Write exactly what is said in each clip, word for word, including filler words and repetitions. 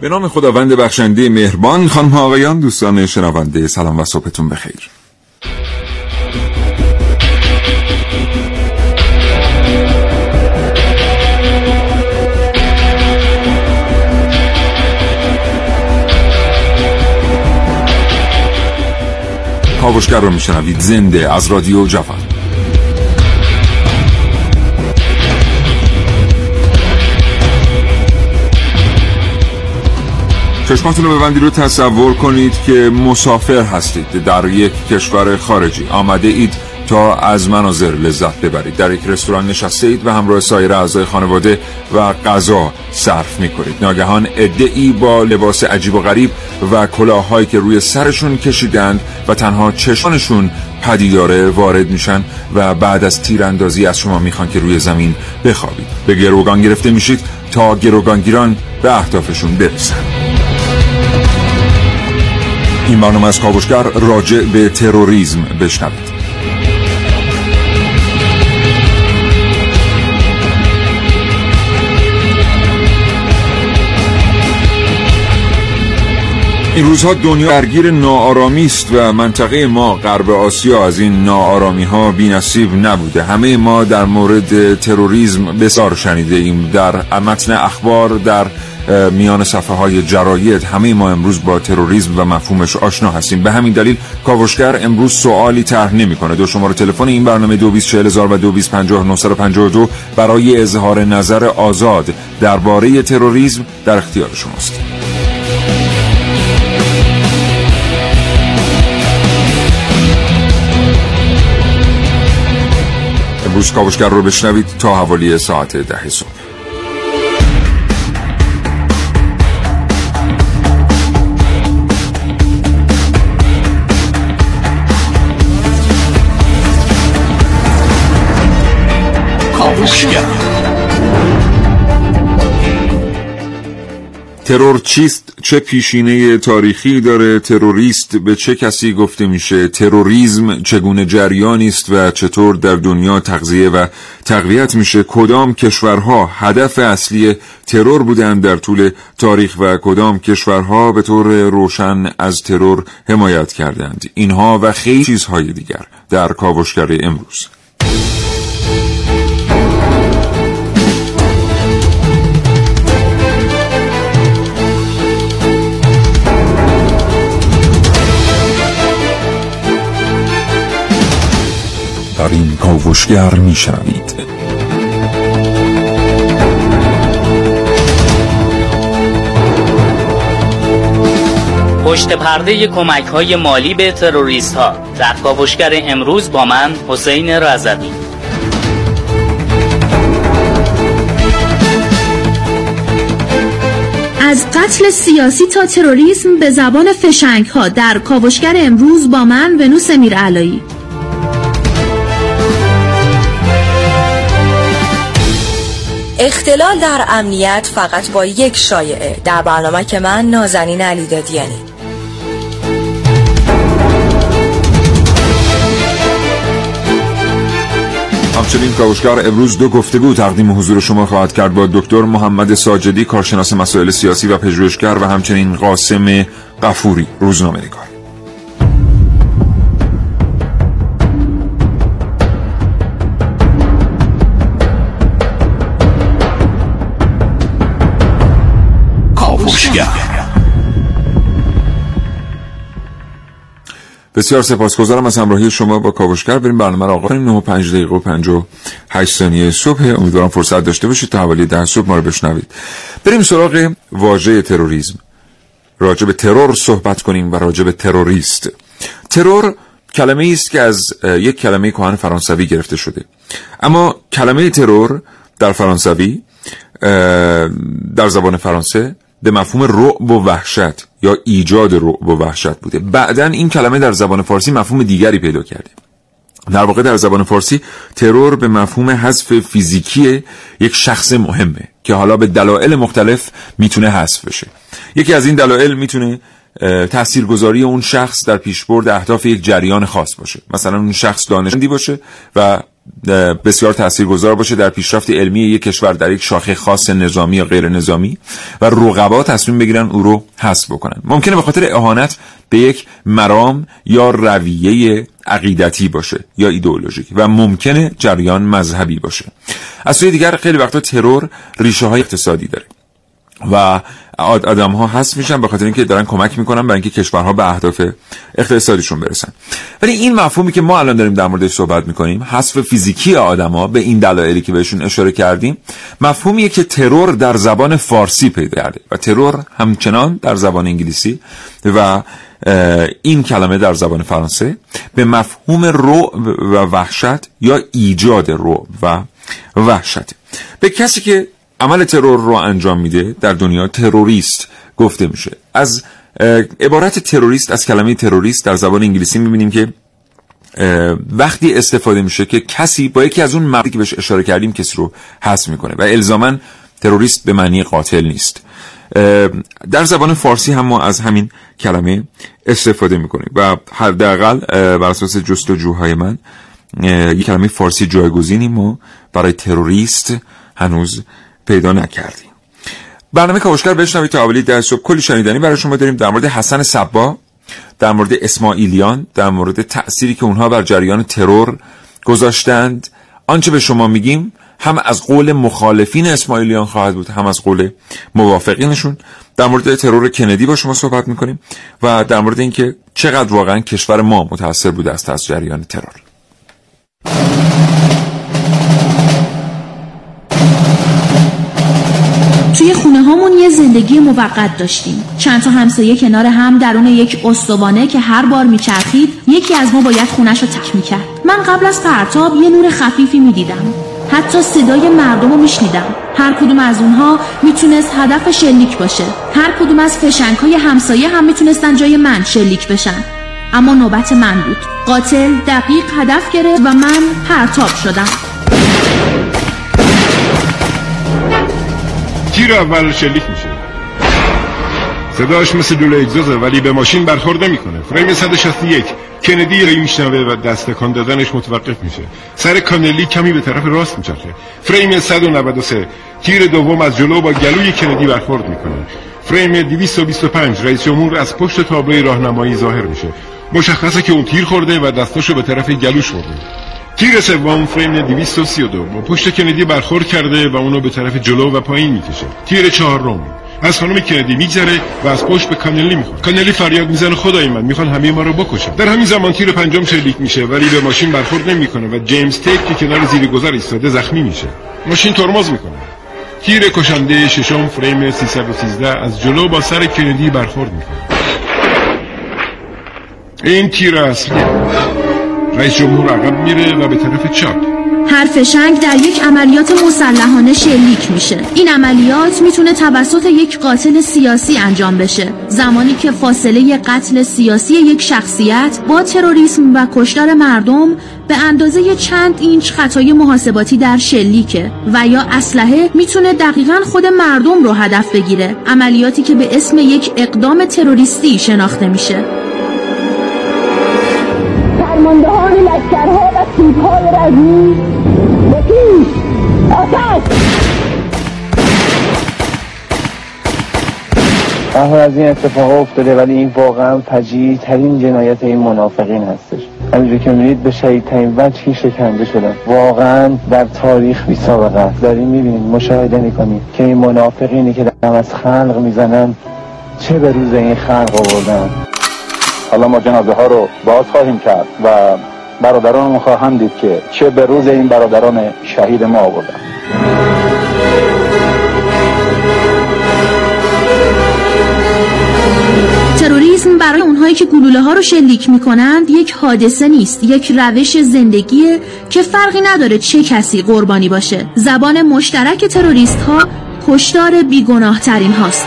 به نام خداوند بخشنده مهربان. خانم ها آقایان، دوستان شنونده، سلام و صبحتون بخیر. کاوشگر رو میشنوید زنده از رادیو جوان. چشماتون رو ببندید رو تصور کنید که مسافر هستید در یک کشور خارجی. آمده اید تا از مناظر لذت ببرید. در یک رستوران نشسته اید و همراه سایر اعضای خانواده و غذا صرف می‌کنید. ناگهان عده‌ای با لباس عجیب و غریب و کلاه‌هایی که روی سرشون کشیدند و تنها چشمانشون پدیداره وارد میشن و بعد از تیراندازی از شما میخوان که روی زمین بخوابید. به گروگان گرفته میشید تا گروگانگیران به اهدافشون برسن. این برنامه از کاوشگر راجع به تروریسم بشنوید. این روزها دنیا درگیر ناآرامی است و منطقه ما غرب آسیا از این ناآرامی ها بی‌نصیب نبوده. همه ما در مورد تروریسم بسیار شنیده ایم، در متن اخبار، در میان صفحه های جراید. همه ما امروز با تروریسم و مفهومش آشنا هستیم. به همین دلیل کاوشگر امروز سوالی طرح نمی‌کنه. دو شماره تلفن این برنامه دو بیست چهل هزار و دو بیست پنجاه نهصد و پنجاه و دو برای اظهار نظر آزاد درباره تروریسم در اختیار شماست. امروز کاوشگر رو بشنوید تا حوالی ساعت ده صبح. ترور چیست؟ چه پیشینه تاریخی داره؟ تروریست به چه کسی گفته میشه؟ تروریسم چگونه جریانی است و چطور در دنیا تغذیه و تقویت میشه؟ کدام کشورها هدف اصلی ترور بودند در طول تاریخ و کدام کشورها به طور روشن از ترور حمایت کردند؟ اینها و خیلی چیزهای دیگر در کاوشگر امروز. در این کاوشگر میشنوید پشت پرده کمک‌های مالی به تروریست‌ها در کاوشگر امروز با من حسین رضوی. از قتل سیاسی تا تروریسم به زبان فشنگ‌ها در کاوشگر امروز با من ونوس میرعلایی. اختلال در امنیت فقط با یک شایعه. در برنامه که من نازنین علیدادیانی. همچنین کاوشگر امروز دو گفتگو تقدیم حضور شما خواهد کرد با دکتر محمد ساجدی، کارشناس مسائل سیاسی و پژوهشگر، و همچنین قاسم غفوری، روزنامه‌نگار. بسیار سپاسگزارم از همراهی شما با کاوشگر. بریم برنامه را آغاز کنیم. نه و پنج دقیقه و پنجاه و هشت ثانیه صبح. امیدوارم فرصت داشته باشید تا حوالی ده صبح ما رو بشنوید. بریم سراغ واژه تروریسم. راجع به ترور صحبت کنیم و راجع به تروریست. ترور کلمه‌ای است که از یک کلمه کهن فرانسوی گرفته شده. اما کلمه ترور در فرانسوی، در زبان فرانسه، به مفهوم رعب و وحشت یا ایجاد رعب و وحشت بوده. بعدن این کلمه در زبان فارسی مفهوم دیگری پیدا کرده. در واقع در زبان فارسی ترور به مفهوم حذف فیزیکی یک شخص مهمه که حالا به دلایل مختلف میتونه حذف بشه. یکی از این دلایل میتونه تاثیرگذاری اون شخص در پیشبرد اهداف یک جریان خاص باشه. مثلا اون شخص دانشمندی باشه و بسیار تاثیرگذار باشه در پیشرفت علمی یک کشور در یک شاخه خاص نظامی یا غیر نظامی و رقبا تصمیم بگیرن او رو حذف بکنن. ممکنه به خاطر اهانت به یک مرام یا رویه عقیدتی باشه یا ایدئولوژیک و ممکنه جریان مذهبی باشه. از سوی دیگر خیلی وقتا ترور ریشه های اقتصادی داره و آدم ها حذف میشن به خاطر اینکه دارن کمک میکنن برای اینکه کشورها به اهداف اقتصادیشون برسن. ولی این مفهومی که ما الان داریم در موردش صحبت میکنیم، حذف فیزیکی آدم ها به این دلایلی که بهشون اشاره کردیم، مفهومیه که ترور در زبان فارسی پیدا کرده و ترور همچنان در زبان انگلیسی و این کلمه در زبان فرانسه به مفهوم رعب و وحشت یا ایجاد رعب و وحشت. به کسی که عمل ترور رو انجام میده در دنیا تروریست گفته میشه. از عبارت تروریست، از کلمه تروریست در زبان انگلیسی میبینیم که وقتی استفاده میشه که کسی با یکی از اون مواردی که بهش اشاره کردیم کسی رو حذف میکنه و الزاماً تروریست به معنی قاتل نیست. در زبان فارسی هم ما از همین کلمه استفاده میکنیم و حداقل بر اساس جستجوهای من یک کلمه فارسی جایگزینی ما برای تروریست هنوز پیدا نکردیم. برنامه کاوشگر بشنوید تا حوالی ده صبح کلی شنیدنی برای شما داریم در مورد حسن صبا، در مورد اسماعیلیان، در مورد تأثیری که اونها بر جریان ترور گذاشتند. آنچه به شما میگیم هم از قول مخالفین اسماعیلیان خواهد بود، هم از قول موافقینشون. در مورد ترور کندی با شما صحبت میکنیم و در مورد اینکه چقدر واقعا کشور ما متاثر بوده است از جریان ترور. توی خونه هامون یه زندگی موقت داشتیم. چند تا همسایه کنار هم درون یک استوانه که هر بار میچرخید یکی از ما باید خونش رو تک میکرد. من قبل از پرتاب یه نور خفیفی میدیدم. حتی صدای مردم رو میشنیدم. هر کدوم از اونها میتونست هدف شلیک باشه. هر کدوم از فشنگ‌های همسایه هم میتونستن جای من شلیک بشن. اما نوبت من بود. قاتل دقیق هدف گرفت و من پرتاب شدم. تیر اول شلیک میشه. صداش مثل لوله اگزوزه ولی به ماشین برخورد نمیکنه. فریم صد و شصت و یک کندی رو میشنوه و دست تکان دادنش متوقف میشه. سر کانلی کمی به طرف راست میچرخه. فریم صد و نود و سه تیر دوم از جلو با گلوی کندی برخورد میکنه. فریم دویست و بیست و پنج رئیس جمهور از پشت تابلوی راهنمایی ظاهر میشه. مشخصه که اون تیر خورده و دستاشو به طرف گلوش برده. تیر سوم فریم دویست و سی و دو با پشت کندی برخورد کرده و اونو به طرف جلو و پایین میکشه. تیر چهارم از خانم کندی میگذره و از پشت به کانلی میخوره. کانلی فریاد میزنه خدای من میخوان همه ما رو بکشن. در همین زمان تیر پنجم شلیک میشه ولی به ماشین برخورد نمیکنه و جیمز تیپ که کنار زیر گذر ایستاده زخمی میشه. ماشین ترمز میکنه. تیر کشنده ششم فریم سیصد و سیزده از جلو با سر کندی برخورد میکنه. این تیر اصلی رئیس جمهور عقب میره و به طرف چپ. هر فشنگ در یک عملیات مسلحانه شلیک میشه. این عملیات میتونه توسط یک قاتل سیاسی انجام بشه. زمانی که فاصله قتل سیاسی یک شخصیت با تروریسم و کشتار مردم به اندازه چند اینچ خطای محاسباتی در شلیکه و یا اسلحه میتونه دقیقاً خود مردم رو هدف بگیره. عملیاتی که به اسم یک اقدام تروریستی شناخته میشه. فرماندهان لشکرها و توپ‌های رزمی بکیش آتش. اما از این اتفاق افتاده ولی این واقعا فجیع ترین جنایت این منافقین هستش. همینجور که می‌بینید به شدیدترین وجهی شکنجه شدن. واقعا در تاریخ بی سابقه است. داریم می‌بینید، مشاهده می‌کنید که این منافقینی که دم از خلق میزنن چه به روز این خلق آوردن. حالا ما جنازه ها رو باز خواهیم کرد و برادران خواهم دید که چه به روز این برادران شهید ما آوردن. تروریسم برای اونهایی که گلوله ها رو شلیک میکنند یک حادثه نیست، یک روش زندگیه که فرقی نداره چه کسی قربانی باشه. زبان مشترک تروریست ها کشتار بیگناه ترین هاست.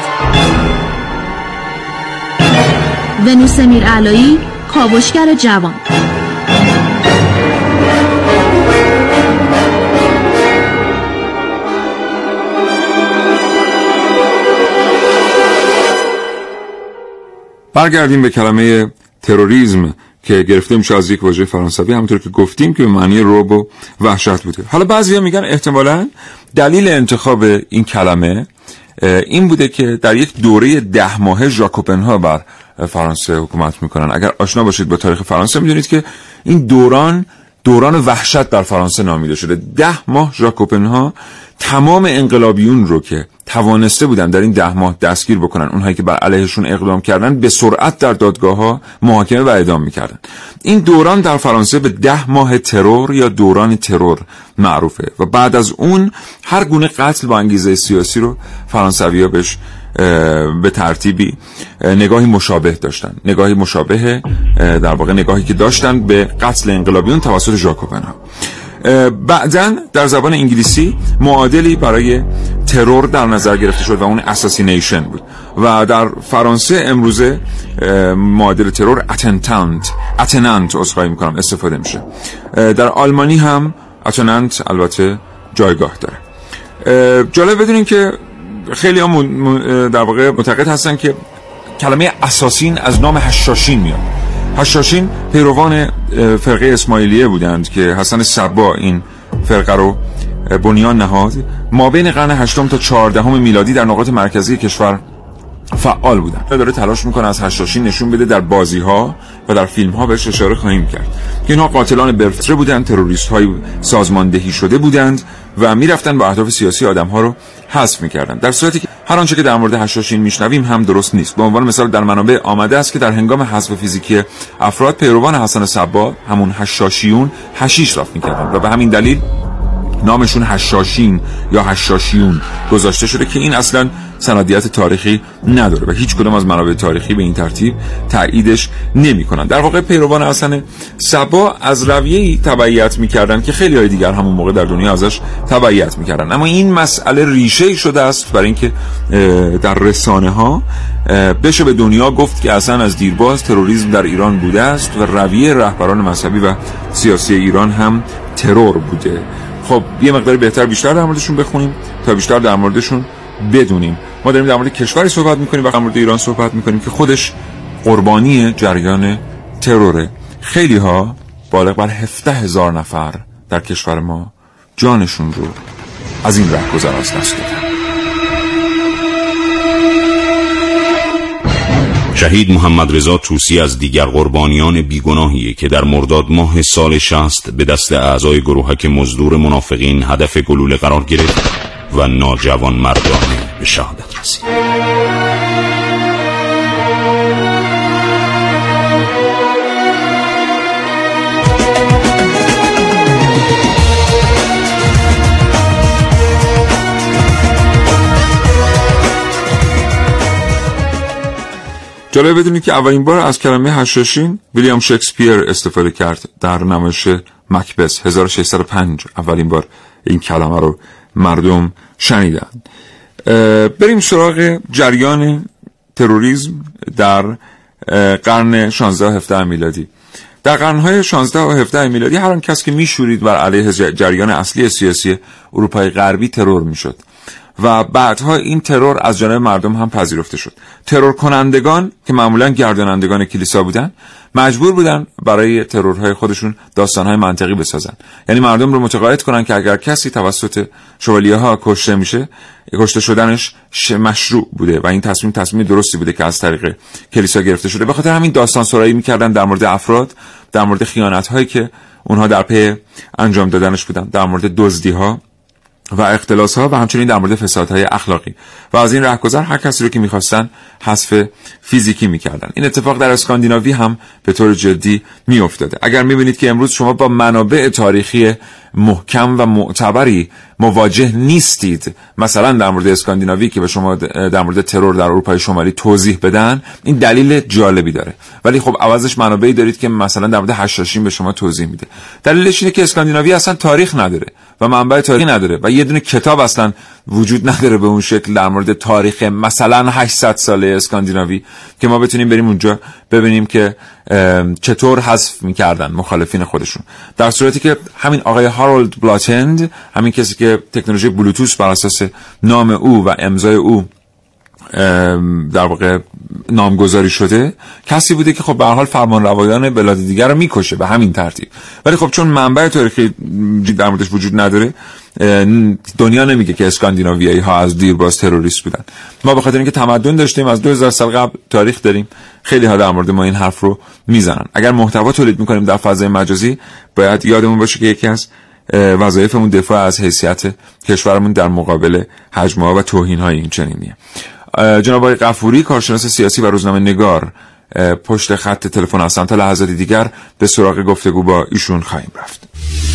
ونوس میرعلایی، کاوشگر جوان. برگردیم به کلمه تروریسم که گرفته میشه از یک واژه فرانسوی، همونطور که گفتیم که به معنی رعب و وحشت بوده. حالا بعضیا میگن احتمالاً دلیل انتخاب این کلمه این بوده که در یک دوره ده ماهه ژاک اوپنها بر فرانسه حکومت میکنن. اگر آشنا باشید با تاریخ فرانسه میدونید که این دوران دوران وحشت در فرانسه نامیده شده. ده ماه ژاک اوپنها تمام انقلابیون رو که توانسته بودن در این ده ماه دستگیر بکنن، اونهایی که بر علیهشون اقدام کردن، به سرعت در دادگاه‌ها محاکمه و اعدام میکردن. این دوران در فرانسه به ده ماه ترور یا دوران ترور معروفه و بعد از اون هر گونه قتل با انگیزه سیاسی رو فرانسوی‌ها بهش به ترتیبی نگاهی مشابه داشتن. نگاهی مشابه در واقع نگاهی که داشتن به قتل انقلابیون توسط ژاک اوپنها. بعداً در زبان انگلیسی معادلی برای ترور در نظر گرفته شد و اون اساسینیشن بود و در فرانسه امروزه معادل ترور اتنتانت اتنانت عذرخواهی میکنم استفاده میشه. در آلمانی هم اتنانت البته جایگاه داره. جالب بدونین که خیلی هم در واقع معتقد هستن که کلمه اساسین از نام حشاشین میاد. حشاشین پیروان فرقه اسماعیلیه بودند که حسن صبا این فرقه رو بنیان نهاد. ما بین قرن هشتم تا چهاردهم میلادی در نقاط مرکزی کشور فعال بودن. داره تلاش میکنه از حشاشین نشون بده در بازی ها و در فیلم ها بهش اشاره خواهیم کرد که اینها قاتلان بالفطره بودند، تروریست های سازماندهی شده بودند و میرفتن با اهداف سیاسی آدم ها رو حذف میکردن، در صورتی که هر آنچه که در مورد حشاشین میشنویم هم درست نیست. به عنوان مثال در منابع آمده است که در هنگام حذف فیزیکی افراد پیروان حسن صبا همون حشاشیون حشیش رفت میکردن و به همین دلیل نامشون حشاشین یا حشاشیون گذاشته شده که این اصلا سندیت تاریخی نداره و هیچ کدام از منابع تاریخی به این ترتیب تاییدش نمی‌کنن. در واقع پیروان حسن صبا از رویه‌ای تبعیت می‌کردن که خیلی های دیگر همون موقع در دنیا ازش تبعیت می‌کردن، اما این مسئله ریشه‌ای شده است برای اینکه در رسانه‌ها بشه به دنیا گفت که اصلا از دیرباز تروریسم در ایران بوده است و رویه رهبران مذهبی و سیاسی ایران هم ترور بوده. خب یه مقدار بهتر بیشتر در موردشون بخونیم تا بیشتر در موردشون بدونیم. ما داریم در مورد کشوری صحبت میکنیم و در مورد ایران صحبت میکنیم که خودش قربانی جریان تروره. خیلی ها بالغ بر هفده هزار نفر در کشور ما جانشون رو از این رهگذر از دست دادن. شهید محمد رضا طوسی از دیگر قربانیان بیگناهیه که در مرداد ماه سال شصت به دست اعضای گروهک مزدور منافقین هدف گلوله قرار گرفت و ناجوان مردانه به شهادت رسید. جالب بدونید که اولین بار از کلمه حشاشین ویلیام شکسپیر استفاده کرد در نمایش مکبث هزار و ششصد و پنج. اولین بار این کلمه رو مردم شنیدن. بریم سراغ جریان تروریسم در قرن شانزده و هفده میلادی. در قرن‌های شانزده و هفده میلادی هر آن کس که میشورید بر علیه جریان اصلی سیاسی اروپای غربی ترور میشد و بعدها این ترور از جانب مردم هم پذیرفته شد. ترور کنندگان که معمولاً گردانندگان کلیسا بودن مجبور بودن برای ترورهای خودشون داستانهای منطقی بسازن، یعنی مردم رو متقاعد کنن که اگر کسی توسط شوالیه‌ها کشته میشه، کشته شدنش مشروع بوده و این تصمیم تصمیم درستی بوده که از طریق کلیسا گرفته شده. به خاطر همین داستان سرایی میکردن در مورد افراد، در مورد خیانت‌هایی که اونها در پی انجام دادنش بودن، در مورد دزدی‌ها و اختلاس‌ها و همچنین در مورد فسادهای اخلاقی و از این رهگذر هر کسی رو که می‌خواستن حذف فیزیکی می‌کردن. این اتفاق در اسکاندیناوی هم به طور جدی می‌افتاده. اگر می‌بینید که امروز شما با منابع تاریخی محکم و معتبری مواجه نیستید، مثلا در مورد اسکاندیناوی که به شما در مورد ترور در اروپای شمالی توضیح بدن، این دلیل جالبی داره، ولی خب عوضش منابعی دارید که مثلا در مورد حشاشین به شما توضیح میده. دلیلش اینه که اسکاندیناوی اصلا تاریخ نداره و منبع تاریخی نداره و یه دونه کتاب اصلا وجود نداره به اون شکل در مورد تاریخ مثلا هشتصد ساله اسکاندیناوی که ما بتونیم بریم اونجا ببینیم که چطور حذف میکردن مخالفین خودشون. در صورتی که همین آقای هارولد بلاتند، همین کسی که تکنولوژی بلوتوث بر اساس نام او و امضای او در واقع نامگذاری شده کسی بوده که خب به هر حال فرمانروایان بلاد دیگر رو میکشه به همین ترتیب، ولی خب چون منبع تاریخی در موردش وجود نداره دنیا نمیگه که اسکاندیناویایی ها از دیرباز تروریست بودن. ما به خاطر اینکه تمدن داشتیم از دو هزار سال قبل تاریخ داریم، خیلی ها در مورد ما این حرف رو میزنن. اگر محتوا تولید میکنیم در فضای مجازی باید یادمون باشه که یکی از وظایفمون دفاع از حیثیت کشورمون در مقابل هجمه‌ها و توهین‌های این چنینیه. جناب آقای غفوری کارشناس سیاسی و روزنامه نگار پشت خط تلفن هستن. تا لحظاتی دیگر به سراغ گفتگو با ایشون خواهیم رفت.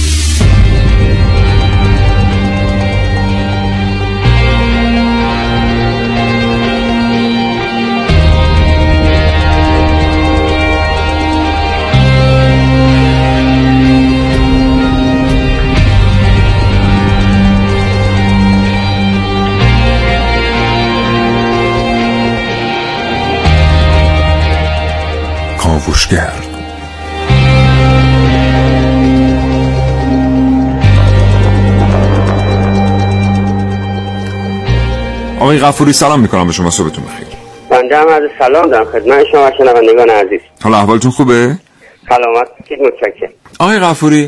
کاوشگر. آقای غفوری سلام میکنم به شما، صبحتون بخیر. بنده هم از سلام دارم خدمت شما و شنوندگان عزیز. حالا احوالتون خوبه؟ سلامت باشید، متشکرم. آقای غفوری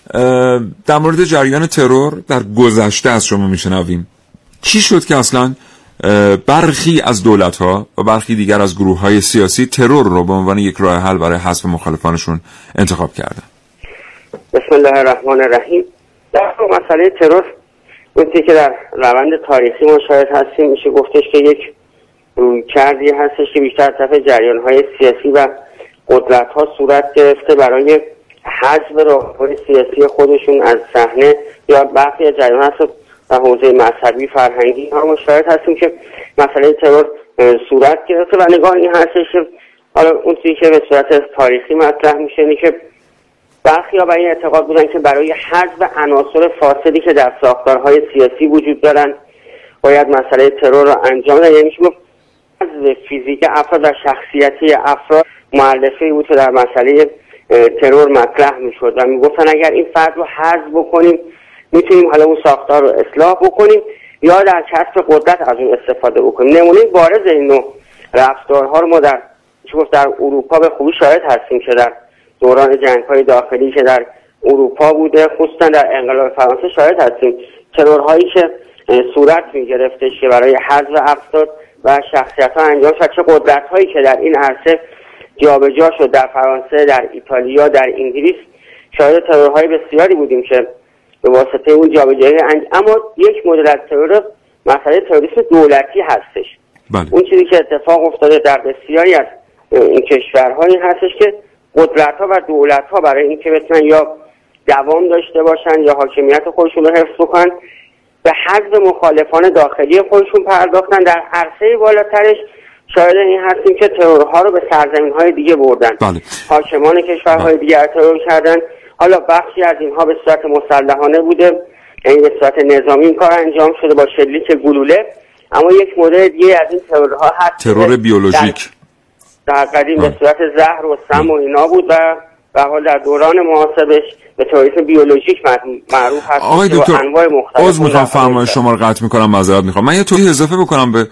در مورد جریان ترور در گذشته از شما میشنویم. چی شد که اصلا برخی از دولت‌ها و برخی دیگر از گروه‌های سیاسی ترور رو به عنوان یک راه حل برای حذف مخالفانشون انتخاب کردن؟ بسم الله الرحمن الرحیم. در مسئله ترور وقتی که در روند تاریخی مشاهده هستیم میشه گفتش که یک رویکردی هستش که بیشتر طرف جریان‌های سیاسی و قدرت‌ها صورت گرفته برای حذف راهکار سیاسی خودشون از صحنه، یا برخی از جریان‌ها هست در حوزه مذهبی فرهنگی ها مشاهده هستیم که مسئله ترور صورت گرفته و نگاه این هستش که حالا اون چیزی که به صورت تاریخی مطرح میشه اینه که برخی ها بر این اعتقاد بودن که برای حذف عناصر فاسدی که در ساختارهای سیاسی وجود دارن باید مسئله ترور را انجام داد. یعنی شما حذف فیزیک افراد و شخصیتی افراد مؤلفه‌ای بود که در مسئله ترور مطرح میشد و میگفتن اگر این فرد رو حذف بکنیم میتونیم حالا اون ساختار رو اصلاح بکنیم یا در کسب قدرت از اون استفاده بکنیم. نمونه بارز این نوع رفتارها رو ما در چه گفت در اروپا به خوبی شاهد هستیم که در دوران جنگ‌های داخلی که در اروپا بوده، خصوصا در انقلاب فرانسه شاهد هستیم ترورهایی که صورت می‌گرفتش که برای حذف افراد و شخصیت‌ها انجام شد. چه قدرت‌هایی که در این عرصه جابجا شد در فرانسه، در ایتالیا، در انگلیس شاهد ترورهای بسیاری بودیم که به واسطه اون جابجایی انج... اما یک مدل از ترور مسئله تروریسم دولتی هستش. بله. اون چیزی که اتفاق افتاده در بسیاری از این کشورهایی هستش که قدرت‌ها و دولت‌ها برای اینکه بتونن یا دوام داشته باشن یا حاکمیت خودشون رو حفظ بکنن به حذف مخالفان داخلی خودشون پرداختن. در عرصه بالاترش شاهد این هستیم که ترورها رو به سرزمین‌های دیگه بردن. بله. حاکمان کشورهای دیگر ترور کردن. حالا بخشی از اینها به صورت مسلحانه بوده، یعنی به صورت نظامی این کار انجام شده با شلیک گلوله، اما یک مدل دیگه از این ترورها هست ترور بیولوژیک در قدیم به صورت زهر و سم و اینا بود و به حال در دوران معاصرش به تروریسم بیولوژیک معروف هست. آقای دکتر عذر میخوام فرمایش شما رو قطع میکنم، معذرت میخوام. من یه توضیح اضافه بکنم به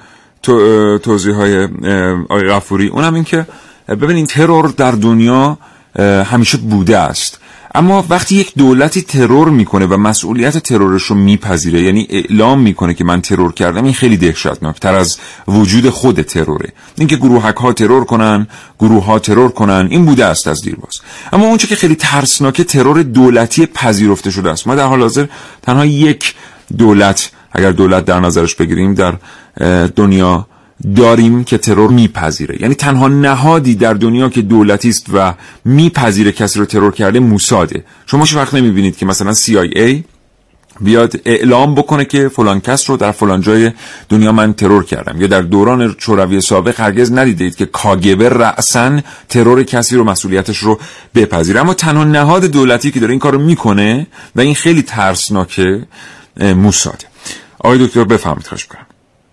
تو توضیح های آقای غفوری. اونم این که ببینید ترور در دنیا همیشه بوده است، اما وقتی یک دولتی ترور میکنه و مسئولیت ترورش رو میپذیره، یعنی اعلام میکنه که من ترور کردم، این خیلی دهشتناکتر از وجود خود تروره. اینکه گروهک ها ترور کنن، گروه ها ترور کنن، این بوده است از دیرباز. اما اون چه که خیلی ترسناکه ترور دولتی پذیرفته شده است. ما در حال حاضر تنها یک دولت، اگر دولت در نظرش بگیریم، در دنیا داریم که ترور میپذیره. یعنی تنها نهادی در دنیا که دولتی است و میپذیره کسی رو ترور کرده موساده. شما هیچ وقت نمیبینید که مثلا سی آی ای بیاد اعلام بکنه که فلان کس رو در فلان جای دنیا من ترور کردم، یا در دوران شوروی سابق هرگز ندیدید که کاگبه رأساً ترور کسی رو مسئولیتش رو بپذیره. اما تنها نهاد دولتی که داره این کارو میکنه و این خیلی ترسناکه موساده. آقای دکتر بفرمایید، خواهش می‌کنم.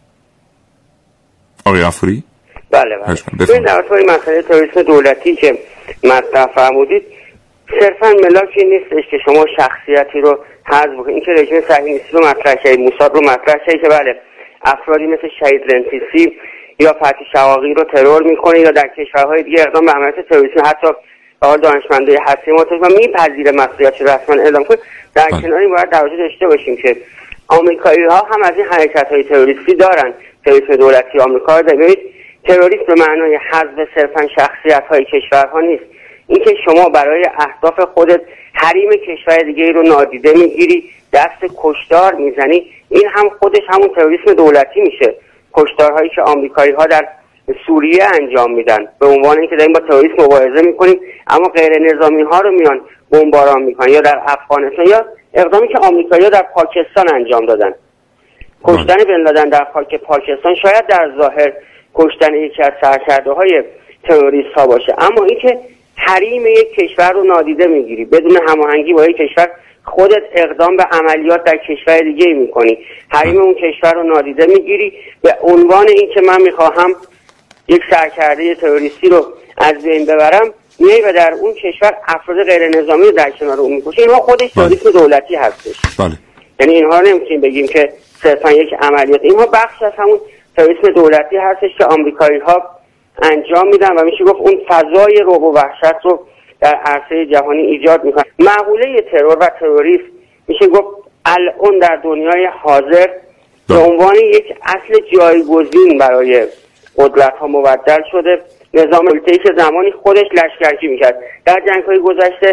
آقای غفوری؟ بله بله. ببین در اصل این مسئله تروریسم دولتی که مطرح فرمودید صرفا ملاکی نیستش که شما شخصیتی رو حذف بکنید. این که رژیم صهیونیستی رو مطرح کردید، موساد رو مطرح کردید که بله افرادی مثل شهید رنتیسی یا فتحی شقاقی رو ترور میکنه یا در کشورهای دیگه اقدام به عملیات تروریستی حتی به دانشمندای هسته متوجه و میپذیره مسئولیتش رو رسما اعلام کنه. در کنار این باید توجه داشته باشیم که آمریکایی‌ها هم از این حرکت‌های تروریستی دارن. تروریسم دولتی آمریکا رو ببینید، تروریسم به معنای حذف صرفاً شخصیت‌های کشورها نیست. اینکه شما برای اهداف خودت حریم کشور دیگه رو نادیده میگیری، دست کشتار میزنی، این هم خودش همون تروریسم دولتی میشه. کشتارهایی که آمریکایی‌ها در سوریه انجام میدن به عنوان اینکه داریم با تروریسم مبارزه میکنیم، اما غیر نظامی ها رو میان بمباران میکنن، یا در افغانستان، یا اقدامی که آمریکایی‌ها در پاکستان انجام دادن، کشتن بن لادن در خاک پاکستان شاید در ظاهر کشتن یکی از سرکرده‌های تروریست ها باشه، اما اینکه حریم یک کشور رو نادیده میگیری، بدون هماهنگی با یک کشور خودت اقدام به عملیات در کشور دیگه میکنی، حریم اون کشور رو نادیده میگیری به عنوان اینکه من میخواهم یک سرکرده تروریستی رو از بین ببرم، میای و در اون کشور افراد غیر نظامی رو در کنار اون میکشی. اینها خودش تروریسم دولتی هستش. بله. یعنی اینها رو نمیتونیم بگیم که صرفا یک عملیات، اینها بخش از همون تروریسم دولتی هستش که آمریکایی‌ها انجام میدن و میشه گفت اون فضای رعب و وحشت رو در عرصه جهانی ایجاد میکنن. مقوله ترور و تروریسم میشه گفت الان در دنیای حاضر به عنوان یک اصل جایگزین برای قدرت ها مبدل شده. نظام ملتهی که زمانی خودش لشکرکی میکرد، در جنگ های گذشته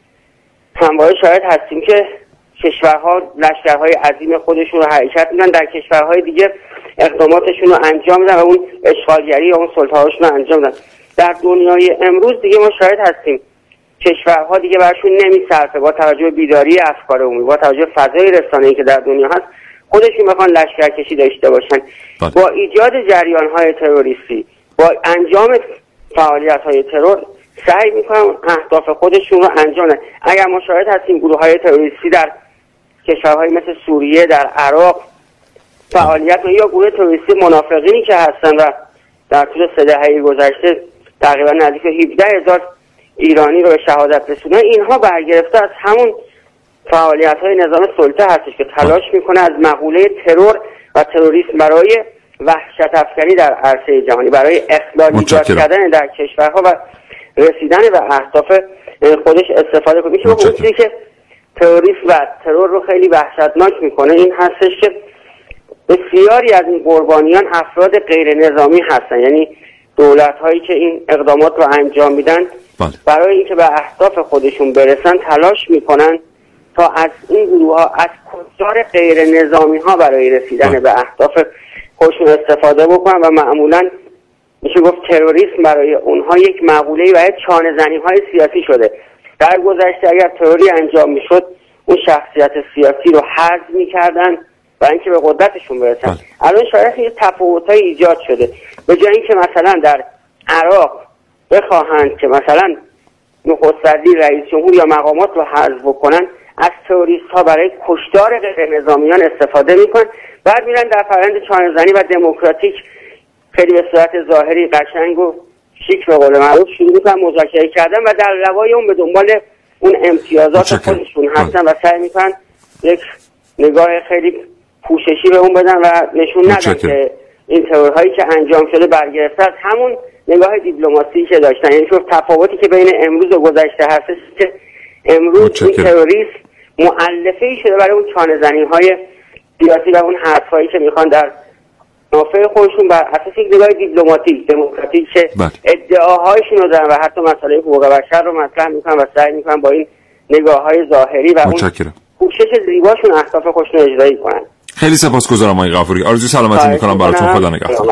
همواره شاهد هستیم که کشورها لشکرهای عظیم خودشون رو حرکت میدن، در کشورهای دیگه اقداماتشون رو انجام میدن و اون اشغالگری یا اون سلطه‌هاشون رو انجام میدن. در دنیای امروز دیگه ما شاهد هستیم کشورها دیگه برشون نمیصرفه، با توجه به بیداری افکار عمومی، با توجه به فضای رسانه‌ای که در دنیا هست، خودشون میخوان لشکرکشی داشته باشن. بله. با ایجاد جریان‌های تروریستی، با انجام فعالیت‌های ترور سعی میکنن اهداف خودشون رو انجام بدن. اگر ما شاهد هستیم گروه‌های تروریستی در کشورهای مثل سوریه، در عراق فعالیت یا گروه تروریستی منافقینی که هستن و در طول سه دهه گذشته تقریبا نزدیک هفده هزار ایرانی رو به شهادت رسوندن، اینها برگرفته از همون فعالیت‌های نظام سلطه هستش که تلاش میکنه از مقوله ترور و تروریسم برای وحشت افکنی در عرصه جهانی، برای اخلال ایجاد کردن در کشورها و رسیدن به اهداف خودش استفاده کنه. میشه اون چیزی که تروریسم و ترور رو خیلی وحشتناک میکنه این هستش که بسیاری از این قربانیان افراد غیر نظامی هستن، یعنی دولت هایی که این اقدامات رو انجام میدن بله. برای اینکه به اهداف خودشون برسن تلاش میکنن تا از این گروه ها، از کشتار غیر نظامی ها برای رسیدن بله. به اهداف خودشون استفاده بکنن و معمولا میشه گفت تروریسم برای اونها یک مقوله و یک چانه زنی های سیاسی شده. در گذشته اگر تروری انجام میشد اون شخصیت سیاسی رو حذف میکردن و اینکه به قدرتشون برسن. الان شاید یه تفاوت‌های ایجاد شده، به جای اینکه مثلا در عراق بخواهند که مثلا نخست وزیر، رئیس جمهور یا مقامات رو حذف بکنن، از تروریست ها برای کشتار غیر نظامیان استفاده میکنن، بعد میرن در فرآیند چانه‌زنی و دموکراتیک خیلی به صورت ظاهری قشنگ و شیک به قول معروف شروع میکنن مذاکره کردن و در لوای اون به دنبال اون امتیازات خودشون هستن و سعی میکنن یک نگاه خیلی پوششی به اون بدن و نشون ندن که این ترورهایی که انجام شده برگرفته از همون نگاه دیپلماسی که داشتن. یعنی شوف تفاوتی که بین امروز و گذشته هستش که امروز این تروریسم مؤلفه‌ای شده برای اون چانه‌زنی‌های سیاسی و اون حرفایی که میخوان در نافع خودشون بر اساس یک نگاه دیپلماتیک دموکراتیک که ادعاهایشون رو دارن و حتی مسئله حقوق بشر رو مطرح میکنن و سعی میکنن با این نگاه‌های ظاهری و اون کوشش زیباشون اهداف خودشون رو اجرایی کنن. خیلی سپاسگزارم آقای غفوری. آرزوی سلامتی میکنم براتون. خدا نگهدار.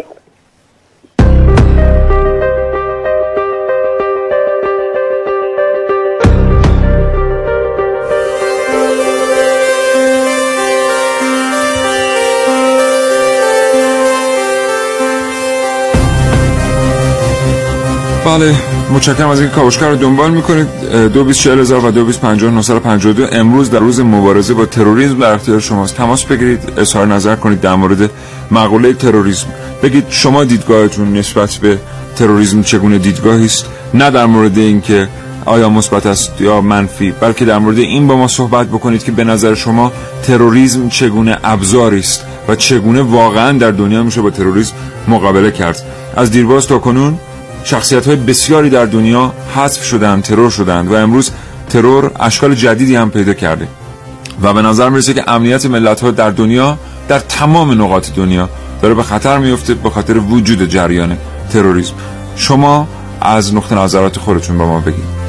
بله متشکرم از اینکه کاوشگر رو دنبال میکنید. دو بیست چهل هزار و دو بیست پنجاه نهصد و پنجاه و دو امروز در روز مبارزه با تروریسم در اختیار شماست. تماس بگیرید، اظهار نظر کنید در مورد مقوله تروریسم. بگید شما دیدگاهتون نسبت به تروریسم چگونه دیدگاهی است، نه در مورد اینکه آیا مثبت است یا منفی، بلکه در مورد این با ما صحبت بکنید که به نظر شما تروریسم چگونه ابزاری است و چگونه واقعا در دنیا میشه با تروریسم مقابله کرد. از دیرباز تا کنون شخصیت‌های بسیاری در دنیا حذف شدند، ترور شدند و امروز ترور اشکال جدیدی هم پیدا کرده و به نظر میرسه که امنیت ملت‌ها در دنیا در تمام نقاط دنیا داره به خطر میفته به خاطر وجود جریان تروریسم. شما از نقطه نظرات خودتون به ما بگید.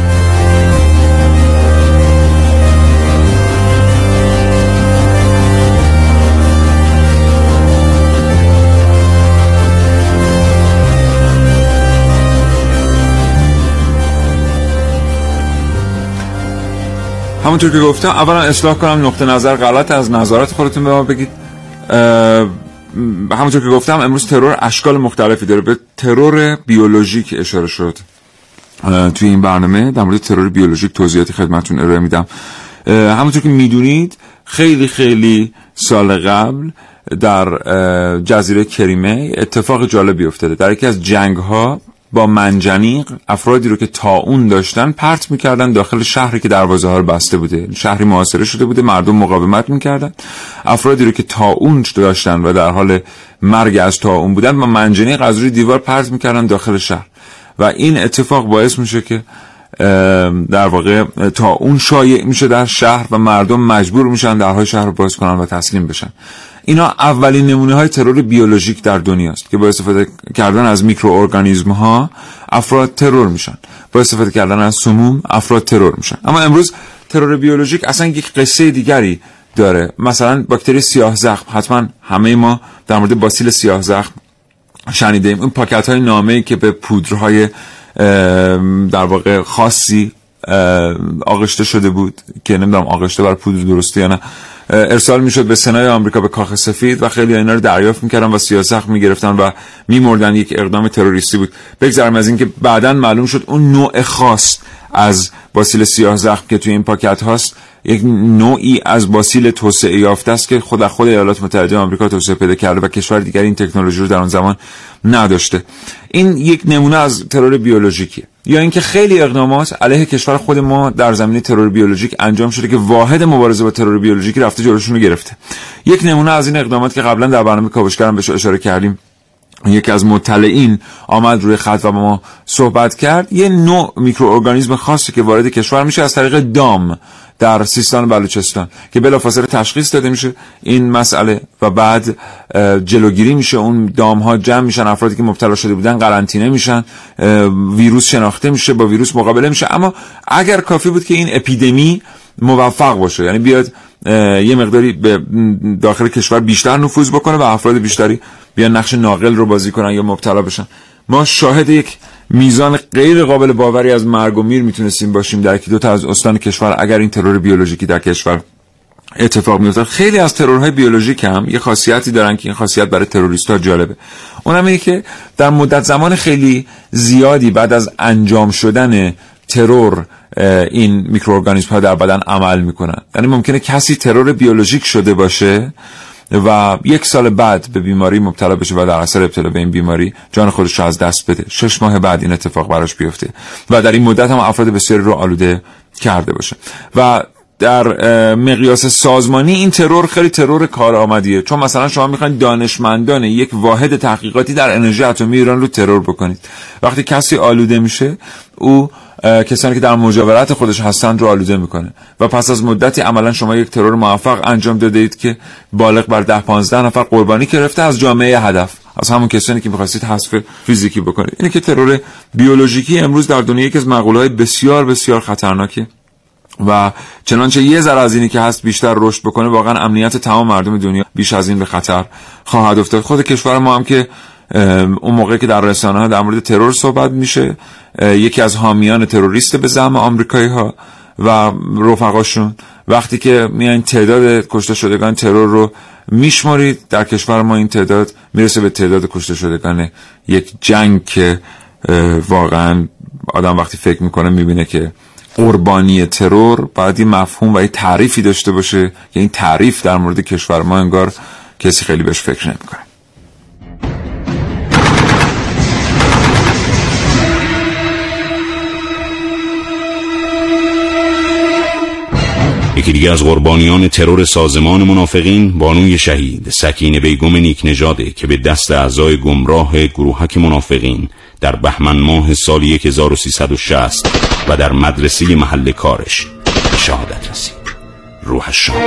همونطور که گفتم اولا اصلاح کنم نقطه نظر غلط، از نظرات خودتون به ما بگید. همونطور که گفتم امروز ترور اشکال مختلفی داره. به ترور بیولوژیک اشاره شد توی این برنامه. در مورد ترور بیولوژیک توضیحاتی خدمتتون ارائه میدم. همونطور که میدونید خیلی خیلی سال قبل در جزیره کریمه اتفاق جالبی افتاده. در یکی از جنگ ها با منجنیق افرادی رو که طاعون داشتن پرت میکردن داخل شهری که دروازه ها رو بسته بوده. شهری محاصره شده بوده، مردم مقاومت میکردن. افرادی رو که طاعون داشتن و در حال مرگ از طاعون بودن با منجنیق از روی دیوار پرت میکردن داخل شهر و این اتفاق باعث میشه که در واقع طاعون شایع میشه در شهر و مردم مجبور میشن درهای شهر رو باز کنن و تسلیم بشن. اینا اولین نمونه های ترور بیولوژیک در دنیاست که با استفاده کردن از میکروارگانیسم ها افراد ترور میشن، با استفاده کردن از سموم افراد ترور میشن. اما امروز ترور بیولوژیک اصلا یک قصه دیگری داره. مثلا باکتری سیاه زخم، حتما همه ما در مورد باسیل سیاه زخم شنیدیم. اون پاکت های نامه‌ای که به پودرهای در واقع خاصی آغشته شده بود که نمیدونم آغشته بر پودر درسته یا نه، ارسال میشد به سنای آمریکا به کاخ سفید و خیلی اینا رو دریافت میکردن و سیاه زخم میگرفتن و میمردن. یک اقدام تروریستی بود. بگذارم از این که بعداً معلوم شد اون نوع خاص از باسیل سیاه زخم که توی این پاکت هاست یک نوعی از باسیل توسعه یافته است که خود خود ایالات متحده آمریکا توسعه پیدا کرده و کشور دیگری این تکنولوژی رو در اون زمان نداشته. این یک نمونه از ترور بیولوژیکیه. یا اینکه خیلی اقدامات علیه کشور خود ما در زمینه ترور بیولوژیک انجام شده که واحد مبارزه با ترور بیولوژیکی رفته جلوشون رو گرفته. یک نمونه از این اقدامات که قبلا در برنامه کاوشگرم بهش اشاره کردیم، یکی از مطلعین آمد روی خط و با ما صحبت کرد. یه نوع میکروارگانیسم خاصی که وارد کشور میشه از طریق دام در سیستان و بلوچستان که بلافاصله تشخیص داده میشه این مسئله و بعد جلوگیری میشه. اون دام ها جمع میشن، افرادی که مبتلا شده بودن قرنطینه میشن، ویروس شناخته میشه، با ویروس مقابله میشه. اما اگر کافی بود که این اپیدمی موفق باشه، یعنی بیاد یه مقداری به داخل کشور بیشتر نفوذ بکنه و افراد بیشتری بیان نقش ناقل رو بازی کنن یا مبتلا بشن، ما شاهد یک میزان غیر قابل باوری از مرگ و میر میتونستیم باشیم در یکی دو تا از استان کشور اگر این ترور بیولوژیکی در کشور اتفاق میفته. خیلی از ترورهای بیولوژیک هم یه خاصیتی دارن که این خاصیت برای تروریست‌ها جالبه. اونم اینه که در مدت زمان خیلی زیادی بعد از انجام شدن ترور این میکروارگانیسم ها در بدن عمل میکنن. یعنی ممکنه کسی ترور بیولوژیک شده باشه و یک سال بعد به بیماری مبتلا بشه و در اثر ابتلا به این بیماری جان خودش رو از دست بده. شش ماه بعد این اتفاق براش بیفته و در این مدت هم افراد بسیاری رو آلوده کرده باشه. و در مقیاس سازمانی این ترور خیلی ترور کارآمدیه، چون مثلا شما میخواین دانشمندان یک واحد تحقیقاتی در انرژی اتمی ایران رو ترور بکنید. وقتی کسی آلوده میشه او کسانی که در مجاورت خودش هستن رو آلوده میکنه و پس از مدتی عملا شما یک ترور موفق انجام داده اید که بالغ بر ده پانزده نفر قربانی گرفته از جامعه هدف، از همون کسانی که می‌خواستید حذف فیزیکی بکنید. اینه که ترور بیولوژیکی امروز در دنیا یکی از مقوله‌های بسیار بسیار خطرناکه و چنانچه یه ذره از اینی که هست بیشتر رشد بکنه واقعا امنیت تمام مردم دنیا بیش از این به خطر خواهد افتاد. خود کشور ما هم که اون موقعی که در رسانه‌ها در مورد ترور صحبت میشه یکی از حامیان تروریست به زعم آمریکایی‌ها و رفقاشون، وقتی که میان تعداد کشته شدگان ترور رو میشمارید در کشور ما این تعداد میرسه به تعداد کشته شدگان یک جنگ که واقعا آدم وقتی فکر میکنه میبینه که قربانی ترور باید این مفهوم و این تعریفی داشته باشه که این تعریف در مورد کشور ما انگار کسی خیلی بهش فکر نمیکنه. یکی دیگه از قربانیان ترور سازمان منافقین بانوی شهید سکینه بیگم نیکنژاده که به دست اعضای گمراه گروهک منافقین در بهمن ماه سال هزار و سیصد و شصت و در مدرسه محل کارش شهادت رسید. روحش شاد.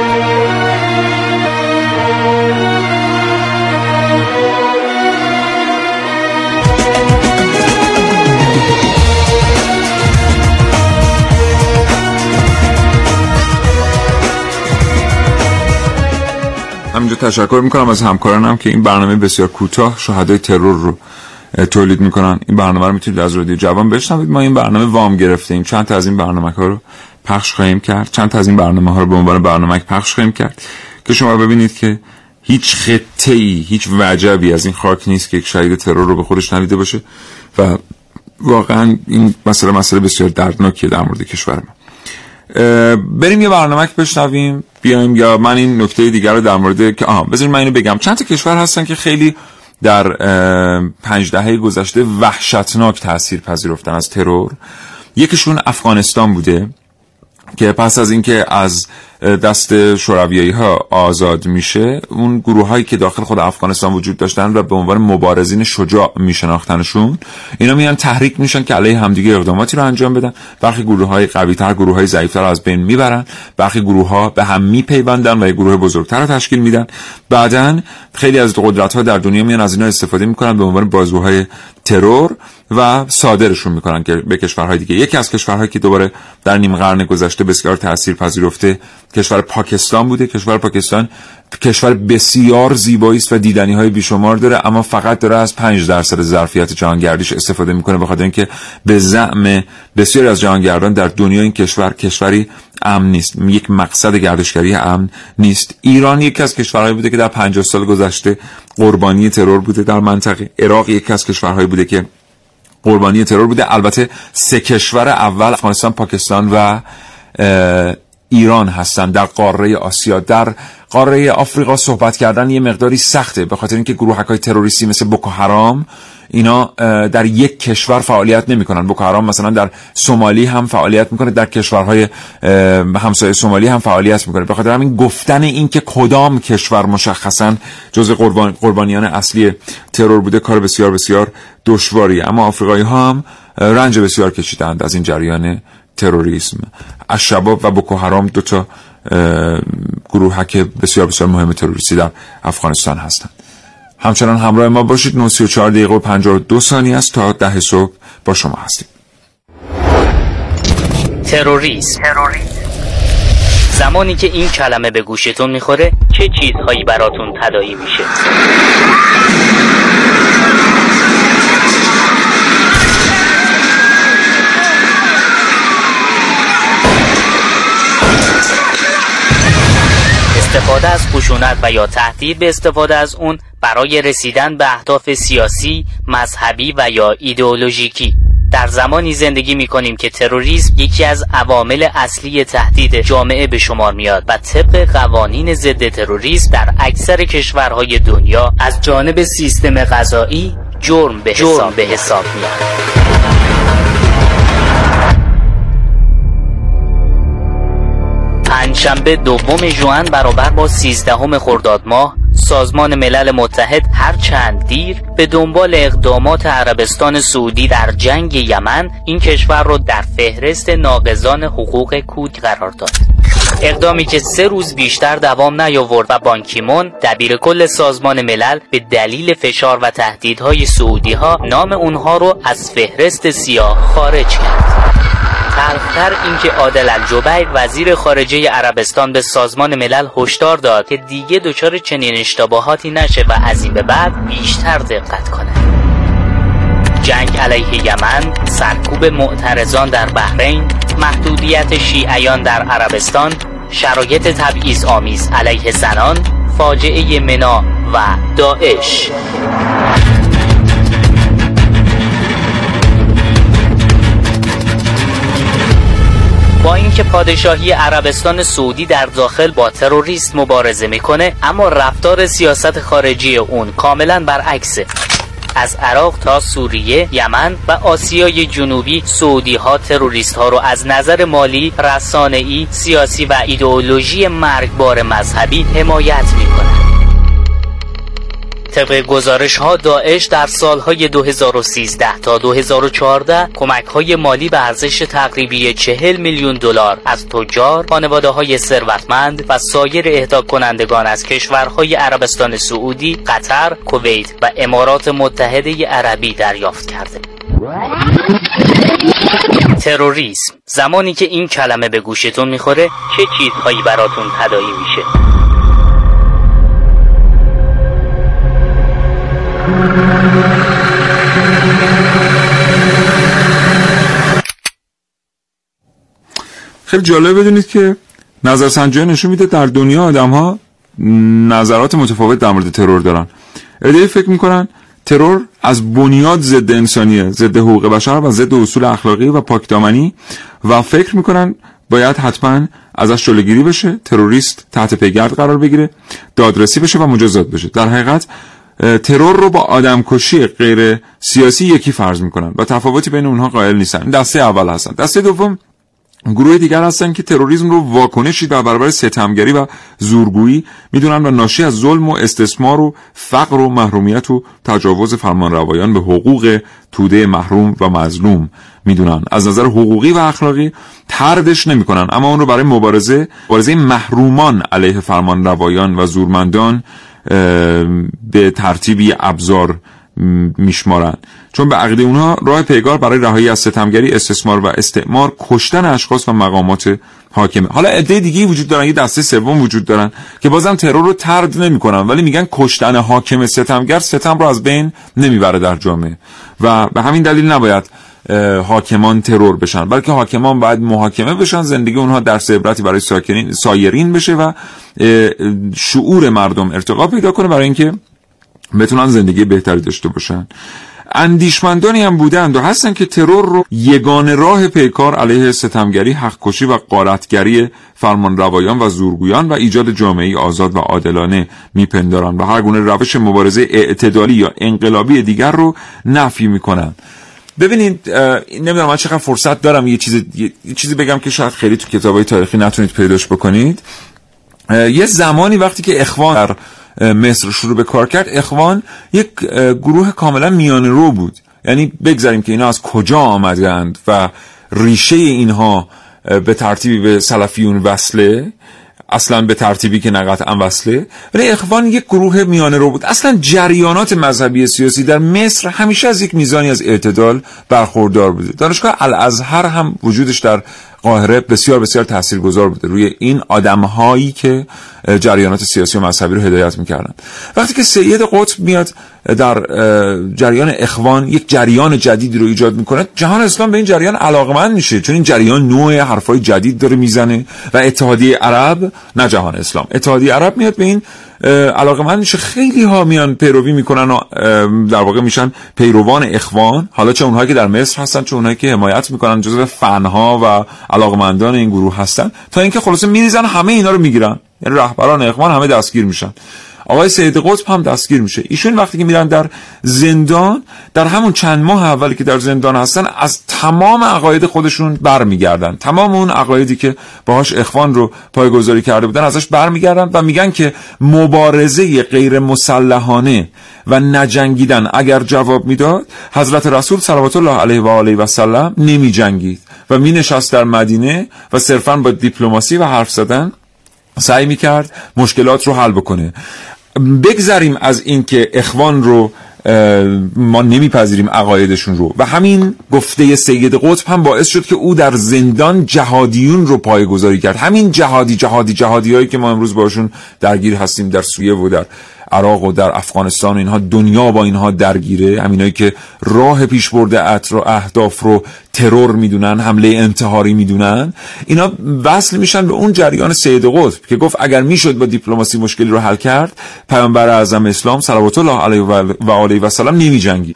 همینجا تشکر میکنم از همکارانم که این برنامه بسیار کوتاه شهدای ترور رو تولید میکنن. این برنامه رو میتونید از رادیو جوان بشنوید. ما این برنامه وام گرفتیم، چند تا از این برنامه‌ها رو پخش خواهیم کرد، چند تا از این برنامه‌ها رو به عنوان برنامه پخش خواهیم کرد که شما ببینید که هیچ خطه‌ای، هیچ وجبی از این خاک نیست که یک شهید ترور رو به خودش ندیده باشه و واقعا این مسئله مسئله بسیار دردناکیه در مورد کشور ما. بریم یه برنامه که بشنویم بیایم، یا من این نکته دیگر رو در مورد که آها بذارید من اینو بگم. چند تا کشور هستن که خیلی در پنج دهه گذشته وحشتناک تأثیر پذیرفتن از ترور. یکیشون افغانستان بوده که پس از اینکه از دست شورویایی ها آزاد میشه، اون گروه هایی که داخل خود افغانستان وجود داشتن و به عنوان مبارزین شجاع میشناختنشون، اینا میان تحریک میشن که علیه همدیگه اقداماتی رو انجام بدن. برخی گروه های قوی تر گروه های ضعیف تر از بین میبرن، برخی گروه ها به هم میپیوندن و یک گروه بزرگتر رو تشکیل میدن. بعدن خیلی از قدرت ها در دنیا میان از اینا استفاده میکنن به عنوان بازوهای ترور و صادرشون میکنن که به کشورهای دیگه. یکی از کشورهایی که دوباره در نیم قرن گذشته بسیار تاثیرپذیرفته کشور پاکستان بوده. کشور پاکستان کشور بسیار زیبایی است و دیدنی های بیشمار داره، اما فقط داره از پنج درصد ظرفیت جهانگردیش استفاده میکنه، به خاطر اینکه به زعم بسیاری از جهانگردان در دنیا این کشور کشوری امن نیست، یک مقصد گردشگری امن نیست. ایران یکی از کشورهایی بوده که در پنجاه سال گذشته قربانی ترور بوده در منطقه. عراق یکی از کشورهایی بوده که قربانی ترور بوده. البته سه کشور اول افغانستان، پاکستان و ایران هستن در قاره آسیا. در قاره آفریقا صحبت کردن یه مقداری سخته، به خاطر اینکه گروه‌های تروریستی مثل بوکو حرام اینا در یک کشور فعالیت نمی‌کنن. بوکو حرام مثلا در سومالی هم فعالیت می‌کنه، در کشورهای همسایه سومالی هم فعالیت می‌کنه. به خاطر همین گفتن این که کدام کشور مشخصاً جزء قربان قربانیان اصلی ترور بوده کار بسیار بسیار دشواریه. اما آفریقایی‌ها هم رنج بسیار کشیدند از این جریان تروریسم. الشباب و بوکو حرام دو تا گروهک بسیار بسیار مهم تروریستی در افغانستان هستند. همچنان همراه ما باشید. نه و سی و چهار دقیقه و پنجاه و دو ثانیه است تا ده صبح با شما هستیم. تروریسم. زمانی که این کلمه به گوشتون میخوره چه چیزهایی براتون تداعی میشه؟ استفاده از خشونت و یا تهدید به استفاده از اون برای رسیدن به اهداف سیاسی، مذهبی و یا ایدئولوژیکی. در زمانی زندگی می‌کنیم که تروریسم یکی از عوامل اصلی تهدید جامعه به شمار میاد و طبق قوانین ضد تروریسم در اکثر کشورهای دنیا از جانب سیستم قضایی جرم به حساب, به حساب میاد. پنجشنبه دوم ژوئن برابر با سیزدهم خرداد ماه سازمان ملل متحد هر چند دیر به دنبال اقدامات عربستان سعودی در جنگ یمن این کشور را در فهرست ناقضان حقوق کود قرار داد. اقدامی که سه روز بیشتر دوام نیاورد و بان کی مون دبیر کل سازمان ملل به دلیل فشار و تهدیدهای سعودی ها نام اونها رو از فهرست سیاه خارج کرد. تلختر این که عادل الجبیر وزیر خارجه عربستان به سازمان ملل هشدار داد که دیگه دچار چنین اشتباهاتی نشه و از این به بعد بیشتر دقت کنه. جنگ علیه یمن، سرکوب معترضان در بحرین، محدودیت شیعیان در عربستان، شرایط تبعیض آمیز علیه زنان، فاجعه منا و داعش. با اینکه پادشاهی عربستان سعودی در داخل با تروریست مبارزه میکنه، اما رفتار سیاست خارجی اون کاملا برعکسه. از عراق تا سوریه، یمن و آسیای جنوبی سعودی ها تروریست ها رو از نظر مالی، رسانه‌ای، سیاسی و ایدئولوژی مرگبار مذهبی حمایت می‌کنند. طبق گزارش ها داعش در سالهای دو هزار و سیزده تا دو هزار و چهارده کمک های مالی به ارزش تقریبی چهل میلیون دلار از تجار، خانواده های ثروتمند و سایر اهدا کنندگان از کشورهای عربستان سعودی، قطر، کویت و امارات متحده عربی دریافت کرده. تروریسم، زمانی که این کلمه به گوشتون میخوره چه چیزهایی براتون تداعی میشه؟ خیلی جالب بدونید که نظرسنجی نشون میده در دنیا آدم‌ها نظرات متفاوت در مورد ترور دارن. عده‌ای فکر میکنن ترور از بنیاد ضد انسانیه، ضد حقوق بشر و ضد اصول اخلاقی و پاکدامنی و فکر میکنن باید حتما ازش جلوگیری بشه، تروریست تحت پیگرد قرار بگیره، دادرسی بشه و مجازات بشه. در حقیقت ترور رو با آدمکشی غیر سیاسی یکی فرض میکنن و تفاوتی بین اونها قائل نیستن. دسته اول هستن. دسته دوم گروه دیگر هستن که تروریسم رو واکنشی در برابر ستمگری و زورگویی میدونن و ناشی از ظلم و استثمار و فقر و محرومیت و تجاوز فرمانروایان به حقوق توده محروم و مظلوم میدونن. از نظر حقوقی و اخلاقی طردش نمیکنن، اما اون رو برای مبارزه مبارزه محرومان علیه فرمانروایان و زورمندان به ترتیبی ابزار میشمارن، چون به عقیده اونها راه پیگار برای رهایی از ستمگری، استثمار و استعمار کشتن اشخاص و مقامات حاکمه. حالا عده دیگه وجود دارن، یه دسته سوم وجود دارن که بازم ترور رو طرد نمیکنن، ولی میگن کشتن حاکم ستمگر ستم رو از بین نمیبره در جامعه و به همین دلیل نباید حاکمان ترور بشن، بلکه حاکمان باید محاکمه بشن، زندگی اونها درس عبرتی برای ساکنین سایرین بشه و شعور مردم ارتقا پیدا کنه برای اینکه بتونن زندگی بهتری داشته باشن. اندیشمندانی هم بودند و هستن که ترور رو یگانه راه پیکار علیه ستمگری، حق‌کشی و غارتگری فرمانروایان و زورگویان و ایجاد جامعه‌ای آزاد و عادلانه میپندارن و هر گونه روش مبارزه اعتدالی یا انقلابی دیگر رو نفی میکنن. ببینید نمیدونم من چقدر فرصت دارم یه چیز یه چیزی بگم که شاید خیلی تو کتابای تاریخی نتونید پیداش بکنید. یه زمانی وقتی که اخوان در مصر شروع به کار کرد، اخوان یک گروه کاملا میانه رو بود، یعنی بگذاریم که اینا از کجا آمدند و ریشه اینها به ترتیبی به سلفیون وصله، اصلا به ترتیبی که نه قطعا وصله، ولی اخوان یک گروه میانه رو بود. اصلا جریانات مذهبی سیاسی در مصر همیشه از یک میزانی از اعتدال برخوردار بوده. دانشگاه الازهر هم وجودش در قاهره بسیار بسیار تاثیرگذار بوده روی این آدم‌هایی که جریانات سیاسی و مذهبی رو هدایت می‌کردن. وقتی که سید قطب میاد در جریان اخوان یک جریان جدیدی رو ایجاد میکنه، جهان اسلام به این جریان علاقمند میشه، چون این جریان نوع حرفای جدید داره میزنه و اتحادیه عرب، نه جهان اسلام، اتحادیه عرب میاد به این علاقمند میشه. خیلی ها میان پیروی میکنن و در واقع میشن پیروان اخوان، حالا چه اونهایی که در مصر هستن چه اونهایی که حمایت میکنن، جزو فنها و علاقمندان این گروه هستن، تا اینکه خلاصه میریزن همه اینا رو میگیرن، یعنی رهبران اخوان همه دستگیر میشن. آقای سید قطب هم دستگیر میشه. ایشون وقتی که میرن در زندان، در همون چند ماه اولی که در زندان هستن از تمام عقاید خودشون برمیگردن، تمام اون عقایدی که باهاش اخوان رو پایه‌گذاری کرده بودن ازش برمیگردن و میگن که مبارزه غیر مسلحانه و نجنگیدن اگر جواب میداد، حضرت رسول صلوات الله علیه و آله و سلم نمی جنگید و می نشست در مدینه و صرفاً با دیپلماسی و حرف زدن سعی میکرد مشکلات رو حل بکنه. بگذاریم از این که اخوان رو ما نمیپذیریم عقایدشون رو، و همین گفته سید قطب هم باعث شد که او در زندان جهادیون رو پایه‌گذاری کرد. همین جهادی جهادی جهادی هایی که ما امروز باشون درگیر هستیم در سوریه و در عراق و در افغانستان، اینها دنیا با اینها درگیره، همینایی که راه پیش برده اهداف رو ترور میدونن، حمله انتحاری میدونن، اینا وصل میشن به اون جریان سید قطب که گفت اگر میشد با دیپلماسی مشکلی رو حل کرد، پیامبر اعظم اسلام صلوات الله علیه و آله و سلم نمیجنگید.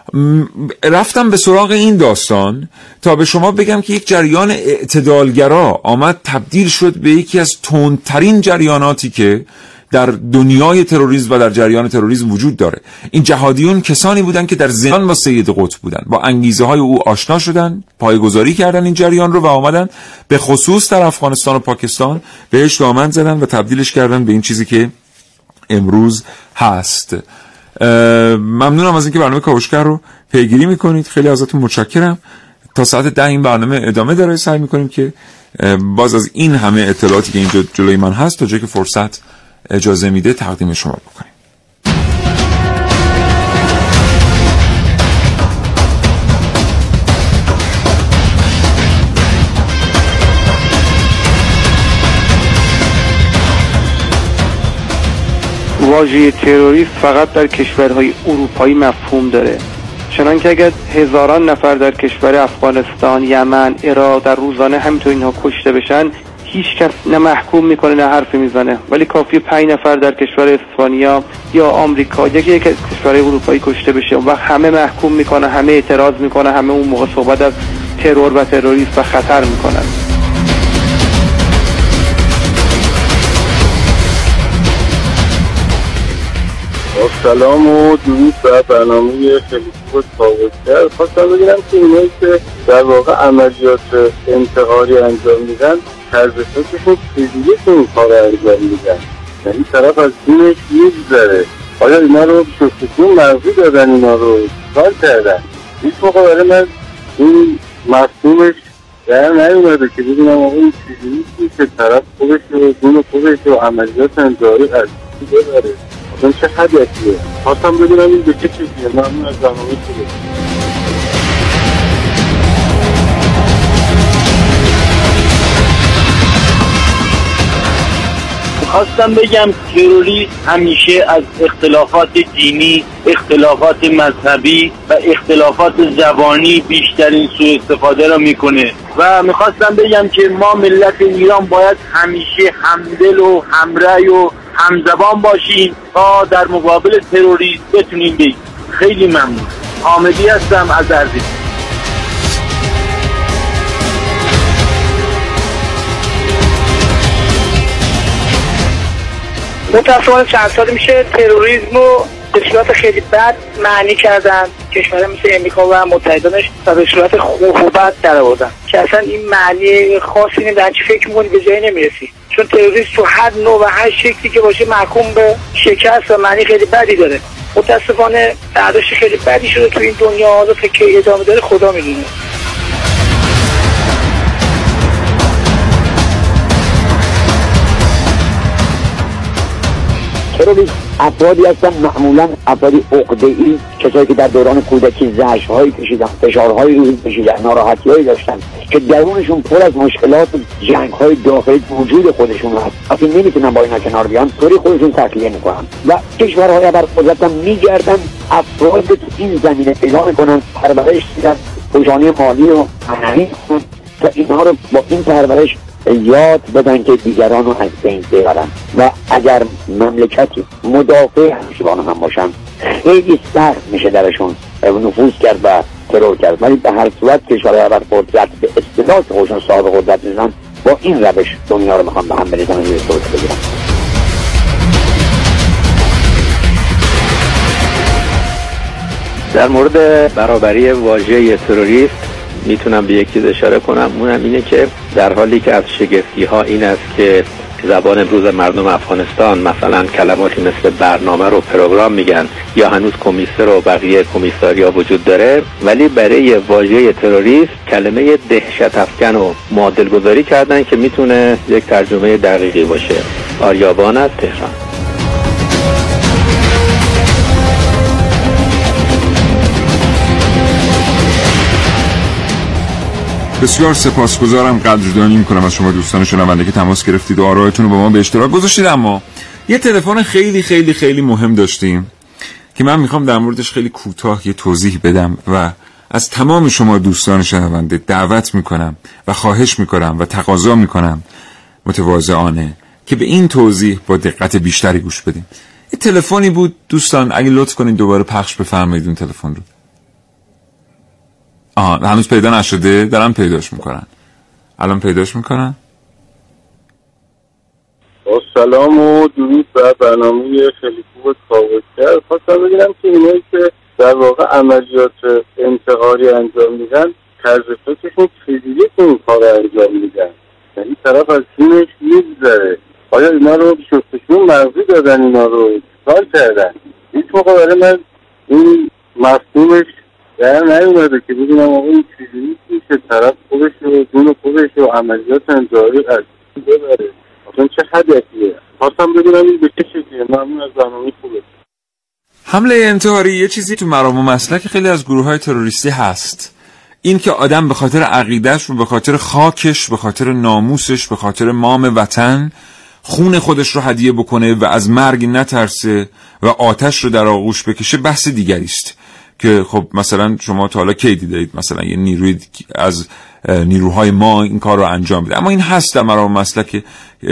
رفتم به سراغ این داستان تا به شما بگم که یک جریان اعتدالگرا آمد تبدیل شد به یکی از تندترین جریاناتی که در دنیای تروریسم و در جریان تروریسم وجود داره. این جهادیون کسانی بودن که در زندان با سید قطب بودن، با انگیزه های او آشنا شدن، پایه‌گذاری کردن این جریان رو و آمدن به خصوص در افغانستان و پاکستان بهش دامن زدن و تبدیلش کردن به این چیزی که امروز هست. ممنونم از اینکه برنامه کاوشگر رو پیگیری میکنید، خیلی ازتون متشکرم. تا ساعت ده این برنامه ادامه داره، سعی میکنیم که باز از این همه اطلاعاتی که اینجا جلوی من هست تا جایی که فرصت اجازه میده تقدیم شما بکنیم. واژه تروریست فقط در کشورهای اروپایی مفهوم داره، چنانکه اگر هزاران نفر در کشور افغانستان، یمن، عراق در روزانه همینطور اینها کشته بشن، هیچ کس نه محکوم میکنه نه حرفی میزنه، ولی کافیه پنج نفر در کشور اسپانیا یا آمریکا یا یک کشور اروپایی کشته بشه و همه محکوم میکنه، همه اعتراض میکنه، همه اون موقع صحبت از ترور و تروریست و خطر میکنن. سلام و درود بر برنامه خیلی خوب کاوشگر. خواستم بگیرم که اینایی که در واقع عملیات انتحاری انجام میدن طرز فکرشون چجوریه که این کار انجام میدن، یعنی طرف از دینش میگذره. آیا اینا رو شستشون مغزی دادن، اینا رو کار کردن؟ هیچ موقع برای من این مفهومش در نیومده که ببینم آقا این چجوریه که طرف خودش و دین خودش و عملیات انتحاری از دین ببره. این چه حدیتیه؟ خواستم ببینم این به چه چیزیه. ممنون از برنامه شده. خواستم بگم تروریسم همیشه از اختلافات دینی، اختلافات مذهبی و اختلافات زبانی بیشترین سوء استفاده را میکنه و میخواستم بگم که ما ملت ایران باید همیشه همدل و همرأی و همزبان باشیم تا در مقابل تروریسم بتونیم بگیم. خیلی ممنون. حامدی هستم از اردبیل. متأسفانه چند سال میشه تروریسم رو به صورت خیلی بد معنی کردن. کشورها مثل امریکا و متحدانش به صورت خوب و بد در آوردن که اصلا این معنی خاصی نمیدن. چی فکر می‌کنی به جایی نمیرسی، چون تروریست تو هر نوع و هر شکلی که باشه محکوم به شکست و معنی خیلی بدی داره. متأسفانه برداشت خیلی بدی شده تو این دنیا. حالا که ادامه داره خدا میدونه. تروریست افرادی هستن معمولا افرادی عقده‌ای، کسایی که در دوران کودکی زجرهایی کشیدن، فشارهایی روی کشیدن، ناراحتی‌هایی داشتن که درونشون پر از مشکلات و جنگ‌های داخلی وجود خودشون هست. اصلا نمیتونن با اینا کنار بیان، طوری خودشون تخلیه میکنن و کشورهای ابرقدرت هم میگردن افراد که این زمینه پیدا میکنن، پرورش میدن، پوشانی مالی و معنوی تا اینها رو با این پرورش یاد بدن که دیگران رو از بین ببرن و اگر مملکتی مدافع همشیبان هم باشن خیلی سخت میشه درشون نفوذ کرد و ترور کرد. ولی به هر صورت کشورهای ابرقدرت به اصطلاح که خودشون صاحب قدرت میشن با این روش دنیا رو میخوان به هم بریزن و یه صورت بگیرن. در مورد برابری واژه تروریست میتونم به یک چیز اشاره کنم، اونم اینه که در حالی که از شگفتی ها این است که زبان امروز مردم افغانستان مثلا کلماتی مثل برنامه رو پروگرام میگن یا هنوز کمیسر و بقیه کمیساریا وجود داره، ولی برای واژه تروریست کلمه دهشت افکن و معادل گذاری کردن که میتونه یک ترجمه دقیقی باشه. آریابان از تهران. بسیار سپاسگزارم، قدردانی میکنم از شما دوستان شنونده که تماس گرفتید و آرایتون رو با ما به اشتراک گذاشتید. اما یه تلفن خیلی خیلی خیلی مهم داشتیم که من میخوام در موردش خیلی کوتاه یه توضیح بدم و از تمام شما دوستان شنونده دعوت میکنم و خواهش میکنم و تقاضا میکنم متواضعانه که به این توضیح با دقت بیشتری گوش بدیم. یه تلفنی بود دوستان، اگه لطف کنین دوباره پخش بفرمایید اون تلفن رو. آها هنوز پیدا نشده، دارن پیداش میکنن، الان پیداش میکنن. سلام و درود بر برنامه خیلی خوب کاوشگر. خواستم بگیرم که اینایی که در واقع عملیات انتحاری انجام میدن طرز فکرشون چجوری که این کار رو انجام میدن، یعنی طرف از تیمش میگذره. آیا اینا رو شستشون مغزی دادن، اینا رو کار کردن؟ هیچ موقع برای من این مفهومش در نیومده که ببینم آقا این چجوری میشه طرف خودش رو دون خودش رو عملیات انتحاری از ببره، اصلا چه هدفیه؟ خواستم ببینم این به چه شکلیه. ممنون از برنامه خوبه. حمله انتحاری یه چیزی تو مرام و مسلک خیلی از گروه‌های تروریستی هست. این که آدم به خاطر عقیده‌اش و به خاطر خاکش، به خاطر ناموسش، به خاطر مام وطن خون خودش رو هدیه بکنه و از مرگ نترسه و آتش رو در آغوش بکشه، بحث دیگری است که خب مثلا شما تا حالا کی دیدید مثلا یه نیروی از نیروهای ما این کار رو انجام بده؟ اما این هست در مرام مسلک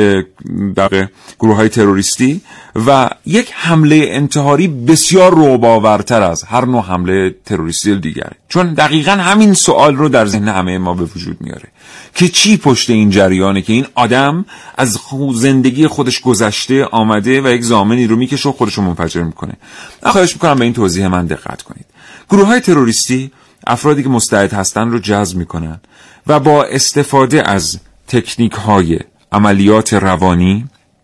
در گروه‌های تروریستی و یک حمله انتحاری بسیار رعب‌آورتر از هر نوع حمله تروریستی دیگره، چون دقیقاً همین سوال رو در ذهن همه ما به وجود میاره که چی پشت این جریانه که این آدم از زندگی خودش گذشته آمده و یک ضامنی رو میکشه و خودش رو منفجر میکنه. خواهش میکنم به این توضیح من دقت کنید. گروه‌های تروریستی افرادی که مستعد هستن رو جذب میکنن و با استفاده از تکنیک‌های عملیات روانی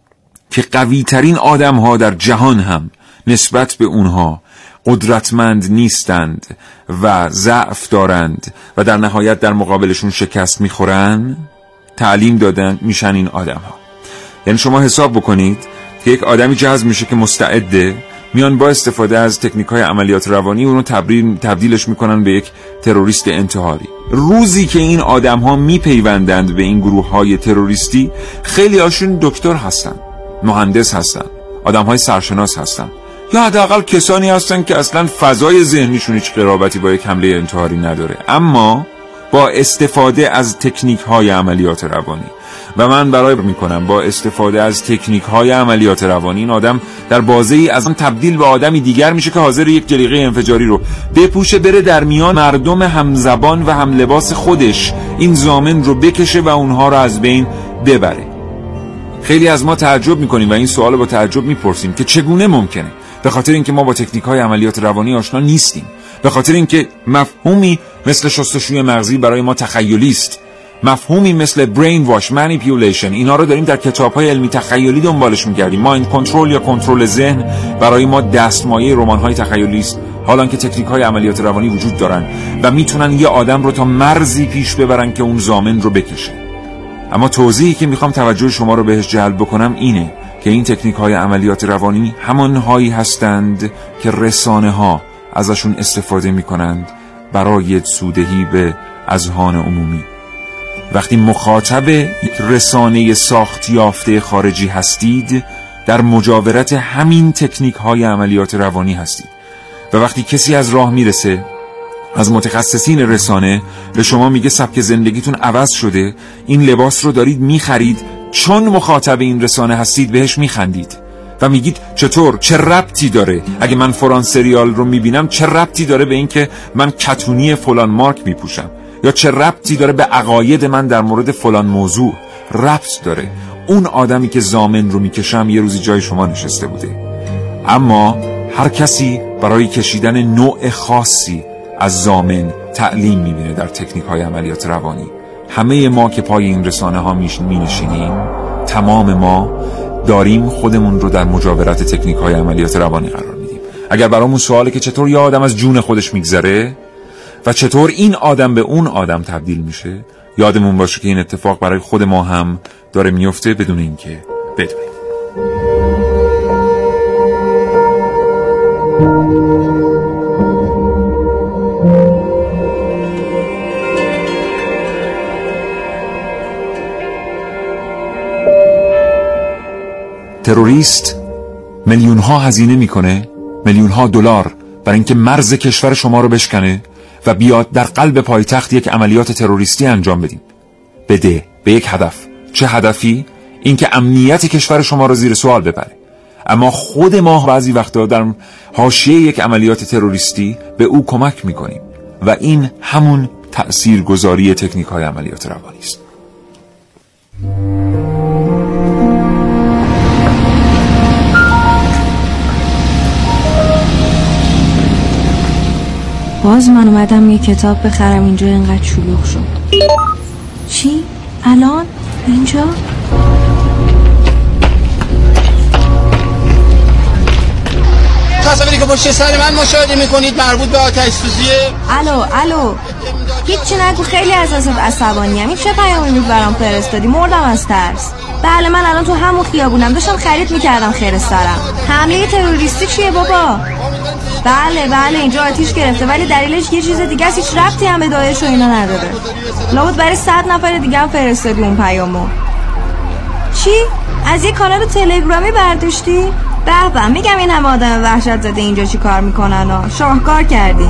که قوی ترین آدم ها در جهان هم نسبت به اونها قدرتمند نیستند و ضعف دارند و در نهایت در مقابلشون شکست میخورن، تعلیم دادن میشن این آدم ها. یعنی شما حساب بکنید که یک آدمی جذب میشه که مستعده، میان با استفاده از تکنیک‌های عملیات روانی اونو تبدیل تبدیلش میکنن به یک تروریست انتحاری. روزی که این آدم‌ها میپیوندند به این گروه‌های تروریستی، خیلی هاشون دکتر هستن، مهندس هستن، آدم‌های سرشناس هستن، یا حداقل کسانی هستن که اصلا فضای ذهنیشون هیچ قرابتی با یک حمله انتحاری نداره، اما با استفاده از تکنیک‌های عملیات روانی. و من برای میکنم با استفاده از تکنیک‌های عملیات روانی این آدم در بازه‌ای از آن تبدیل به آدمی دیگر میشه که حاضر یک جلیقه انفجاری رو بپوشه، بره در میان مردم همزبان و هم لباس خودش این ضامن رو بکشه و اونها رو از بین ببره. خیلی از ما تعجب میکنیم و این سوال با تعجب میپرسیم که چگونه ممکنه؟ به خاطر اینکه ما با تکنیک‌های عملیات روانی آشنا نیستیم، به خاطر اینکه مفهومی مثل شستشوی مغزی برای ما تخیلی است، مفهومی مثل brain wash, manipulation، اینا رو داریم در کتاب‌های علمی تخیلی دنبالش می‌گردیم. مایند کنترل یا کنترل ذهن برای ما دستمایه رمان‌های تخیلی است، حالا که تکنیک‌های عملیات روانی وجود دارن و میتونن یه آدم رو تا مرزی پیش ببرن که اون ضامن رو بکشه. اما توضیحی که میخوام توجه شما رو بهش جلب بکنم اینه که این تکنیک‌های عملیات روانی همانهایی هستند که رسانه‌ها ازشون استفاده می‌کنند برای سوددهی به اذهان عمومی. وقتی مخاطب یک رسانه ساخت یافته خارجی هستید، در مجاورت همین تکنیک های عملیات روانی هستید و وقتی کسی از راه میرسه از متخصصین رسانه به شما میگه سبک زندگیتون عوض شده، این لباس رو دارید میخرید، چون مخاطب این رسانه هستید بهش میخندید و میگید چطور، چه ربطی داره اگه من فلان سریال رو میبینم، چه ربطی داره به این که من کتونی فلان مارک میپوشم، یا چه ربطی داره به عقاید من در مورد فلان موضوع؟ ربط داره. اون آدمی که ضامن رو میکشم یه روزی جای شما نشسته بوده. اما هر کسی برای کشیدن نوع خاصی از ضامن تعلیم میبینه در تکنیک های عملیات روانی. همه ما که پای این رسانه ها مینشینیم، تمام ما داریم خودمون رو در مجاورت تکنیک های عملیات روانی قرار میدیم. اگر برامون سواله که چطور یه آدم از جون خودش میگذره و چطور این آدم به اون آدم تبدیل میشه، یادمون باشه که این اتفاق برای خود ما هم داره میفته بدون اینکه بدونیم. تروریست میلیون ها هزینه میکنه، میلیون ها دلار، برای اینکه مرز کشور شما رو بشکنه و بیاد در قلب پایتخت یک عملیات تروریستی انجام بدیم. بده به یک هدف. چه هدفی؟ اینکه امنیت کشور شما رو زیر سوال ببره. اما خود ما بعضی وقتا در حاشیه یک عملیات تروریستی به او کمک میکنیم و این همون تأثیرگذاری تکنیک های عملیات روانی است. باز من اومدم یه کتاب بخرم، اینجا اینقدر شلوغ شد. چی؟ الان؟ اینجا؟ تصاویری که پشت سر من مشاهده میکنید مربوط به آتش سوزیه. الو الو هیچی نگو، خیلی از اساس عصبانیم. این چه پیامی بود برام فرستادی؟ مردم از ترس. بله من الان تو همون خیابونم داشتم خرید میکردم خیر سرم. حمله تروریستی چیه بابا؟ بله بله اینجا آتیش گرفته ولی دلیلش یه چیز دیگه است، هیچ ربطی هم به داعش و اینا نداره. لابد برای صد نفر دیگه هم فرستادی اون پیامو. چی؟ از یه کانال تلگرامی برداشتی؟ به به میگم این همه آدم وحشت زده اینجا چی کار میکنن ها. شاهکار کردی.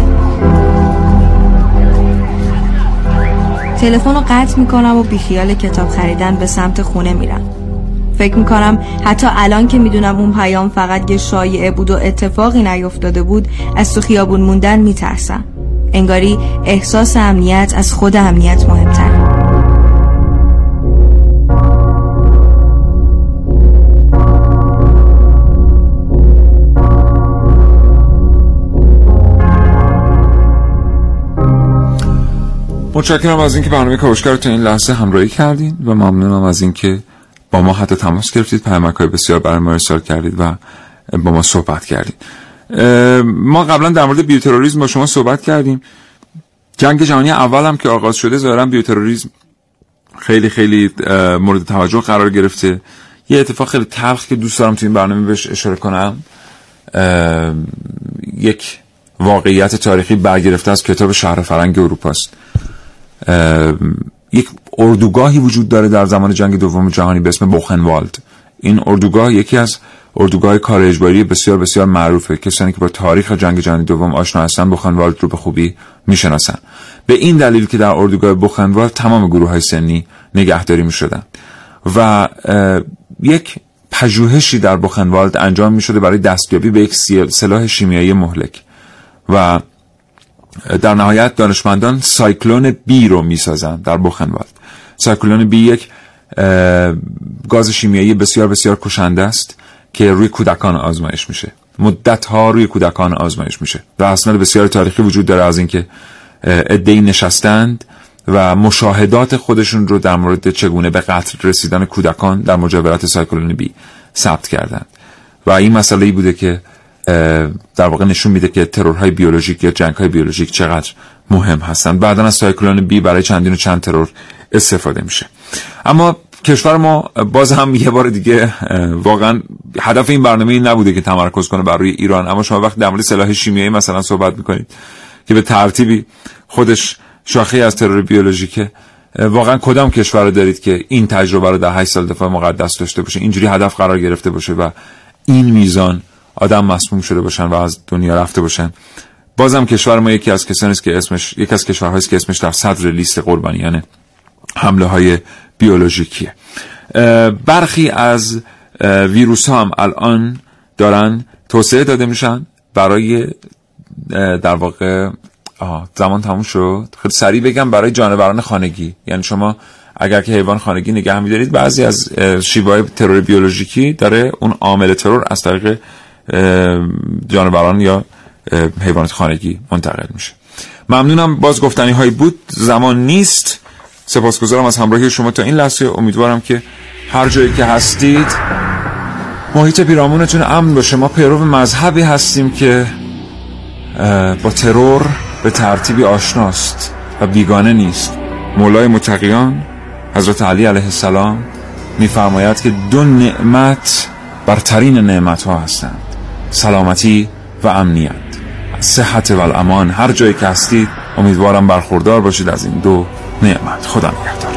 تلفن رو قطع میکنم و بیخیال کتاب خریدن به سمت خونه میرم. فکر میکنم حتی الان که میدونم اون پیام فقط یه شایعه بود و اتفاقی نیفتاده بود، از تو خیابون موندن میترسم. انگاری احساس امنیت از خود امنیت مهمتره. متشکرم از اینکه برنامه کاوشگر رو تا این لحظه همراهی کردین و ممنونم از اینکه با ما حتی تماس گرفتید، پیامک‌های بسیار برای ما ارسال کردید و با ما صحبت کردید. ما قبلا در مورد بیوتروریسم با شما صحبت کردیم. جنگ جهانی اول هم که آغاز شده ظاهرا بیوتروریسم خیلی خیلی مورد توجه قرار گرفته. یه اتفاق خیلی تلخ که دوست دارم تو این برنامه بهش اشاره کنم، یک واقعیت تاریخی برگرفته از کتاب شهر فرنگ اروپا است. یک اردوگاهی وجود داره در زمان جنگ دوم جهانی به اسم بوخنوالد. این اردوگاه یکی از اردوگاه کار اجباری بسیار بسیار معروفه. کسانی که با تاریخ جنگ جهانی دوم آشنا هستن بوخنوالد رو به خوبی میشناسن. به این دلیل که در اردوگاه بوخنوالد تمام گروه‌های سنی نگهداری میشدن و یک پژوهشی در بوخنوالد انجام میشده برای دستیابی به یک سلاح شیمیایی مهلک و در نهایت دانشمندان سایکلون بی رو میسازن در بوخنوالد. سایکلون بی یک گاز شیمیایی بسیار بسیار کشنده است که روی کودکان آزمایش میشه، مدت ها روی کودکان آزمایش میشه و اسناد بسیار تاریخی وجود داره از اینکه عده‌ای نشستند و مشاهدات خودشون رو در مورد چگونه به قتل رسیدن کودکان در مجاورت سایکلون بی ثبت کردند و این مسئله‌ای بوده که در واقع نشون میده که ترورهای بیولوژیک یا جنگ‌های بیولوژیک چقدر مهم هستند. بعداً از سایکلون بی برای چندین و چند ترور استفاده میشه. اما کشور ما باز هم یه بار دیگه واقعا هدف این برنامه این نبوده که تمرکز کنه بر روی ایران، اما شما وقتی در مورد سلاح شیمیایی مثلا صحبت میکنید که به ترتیبی خودش شاخه از ترور بیولوژیکه، واقعا کدام کشور رو دارید که این تجربه رو در هشت سال دفاع مقدس داشته باشه، اینجوری هدف قرار گرفته باشه و این میزان آدم مسموم شده باشن و از دنیا رفته باشن؟ بازم کشور ما یکی از کسانی است که اسمش یکی از کشورهایی است که اسمش در صدر لیست قربانیان حمله های بیولوژیکیه. برخی از ویروس ها هم الان دارن توسعه داده میشن برای در واقع آه زمان تموم شد، خیلی سریع بگم، برای جانوران خانگی. یعنی شما اگر که حیوان خانگی نگه می‌دارید، بعضی از شیوه‌های ترور بیولوژیکی داره اون عامل ترور از طریق جانوران یا حیوانات خانگی منتقل میشه. ممنونم. باز گفتنی هایی بود، زمان نیست. سپاسگزارم از همراهی شما تا این لحظه. امیدوارم که هر جایی که هستید محیط پیرامونتون امن باشه. ما پیرو مذهبی هستیم که با ترور به ترتیبی آشناست و بیگانه نیست. مولای متقیان حضرت علی علیه السلام میفرماید که دو نعمت برترین نعمت ها هستند: سلامتی و امنیت، صحت و الامان. هر جایی که هستید امیدوارم برخوردار باشید از این دو نعمت. خدا نگهدار.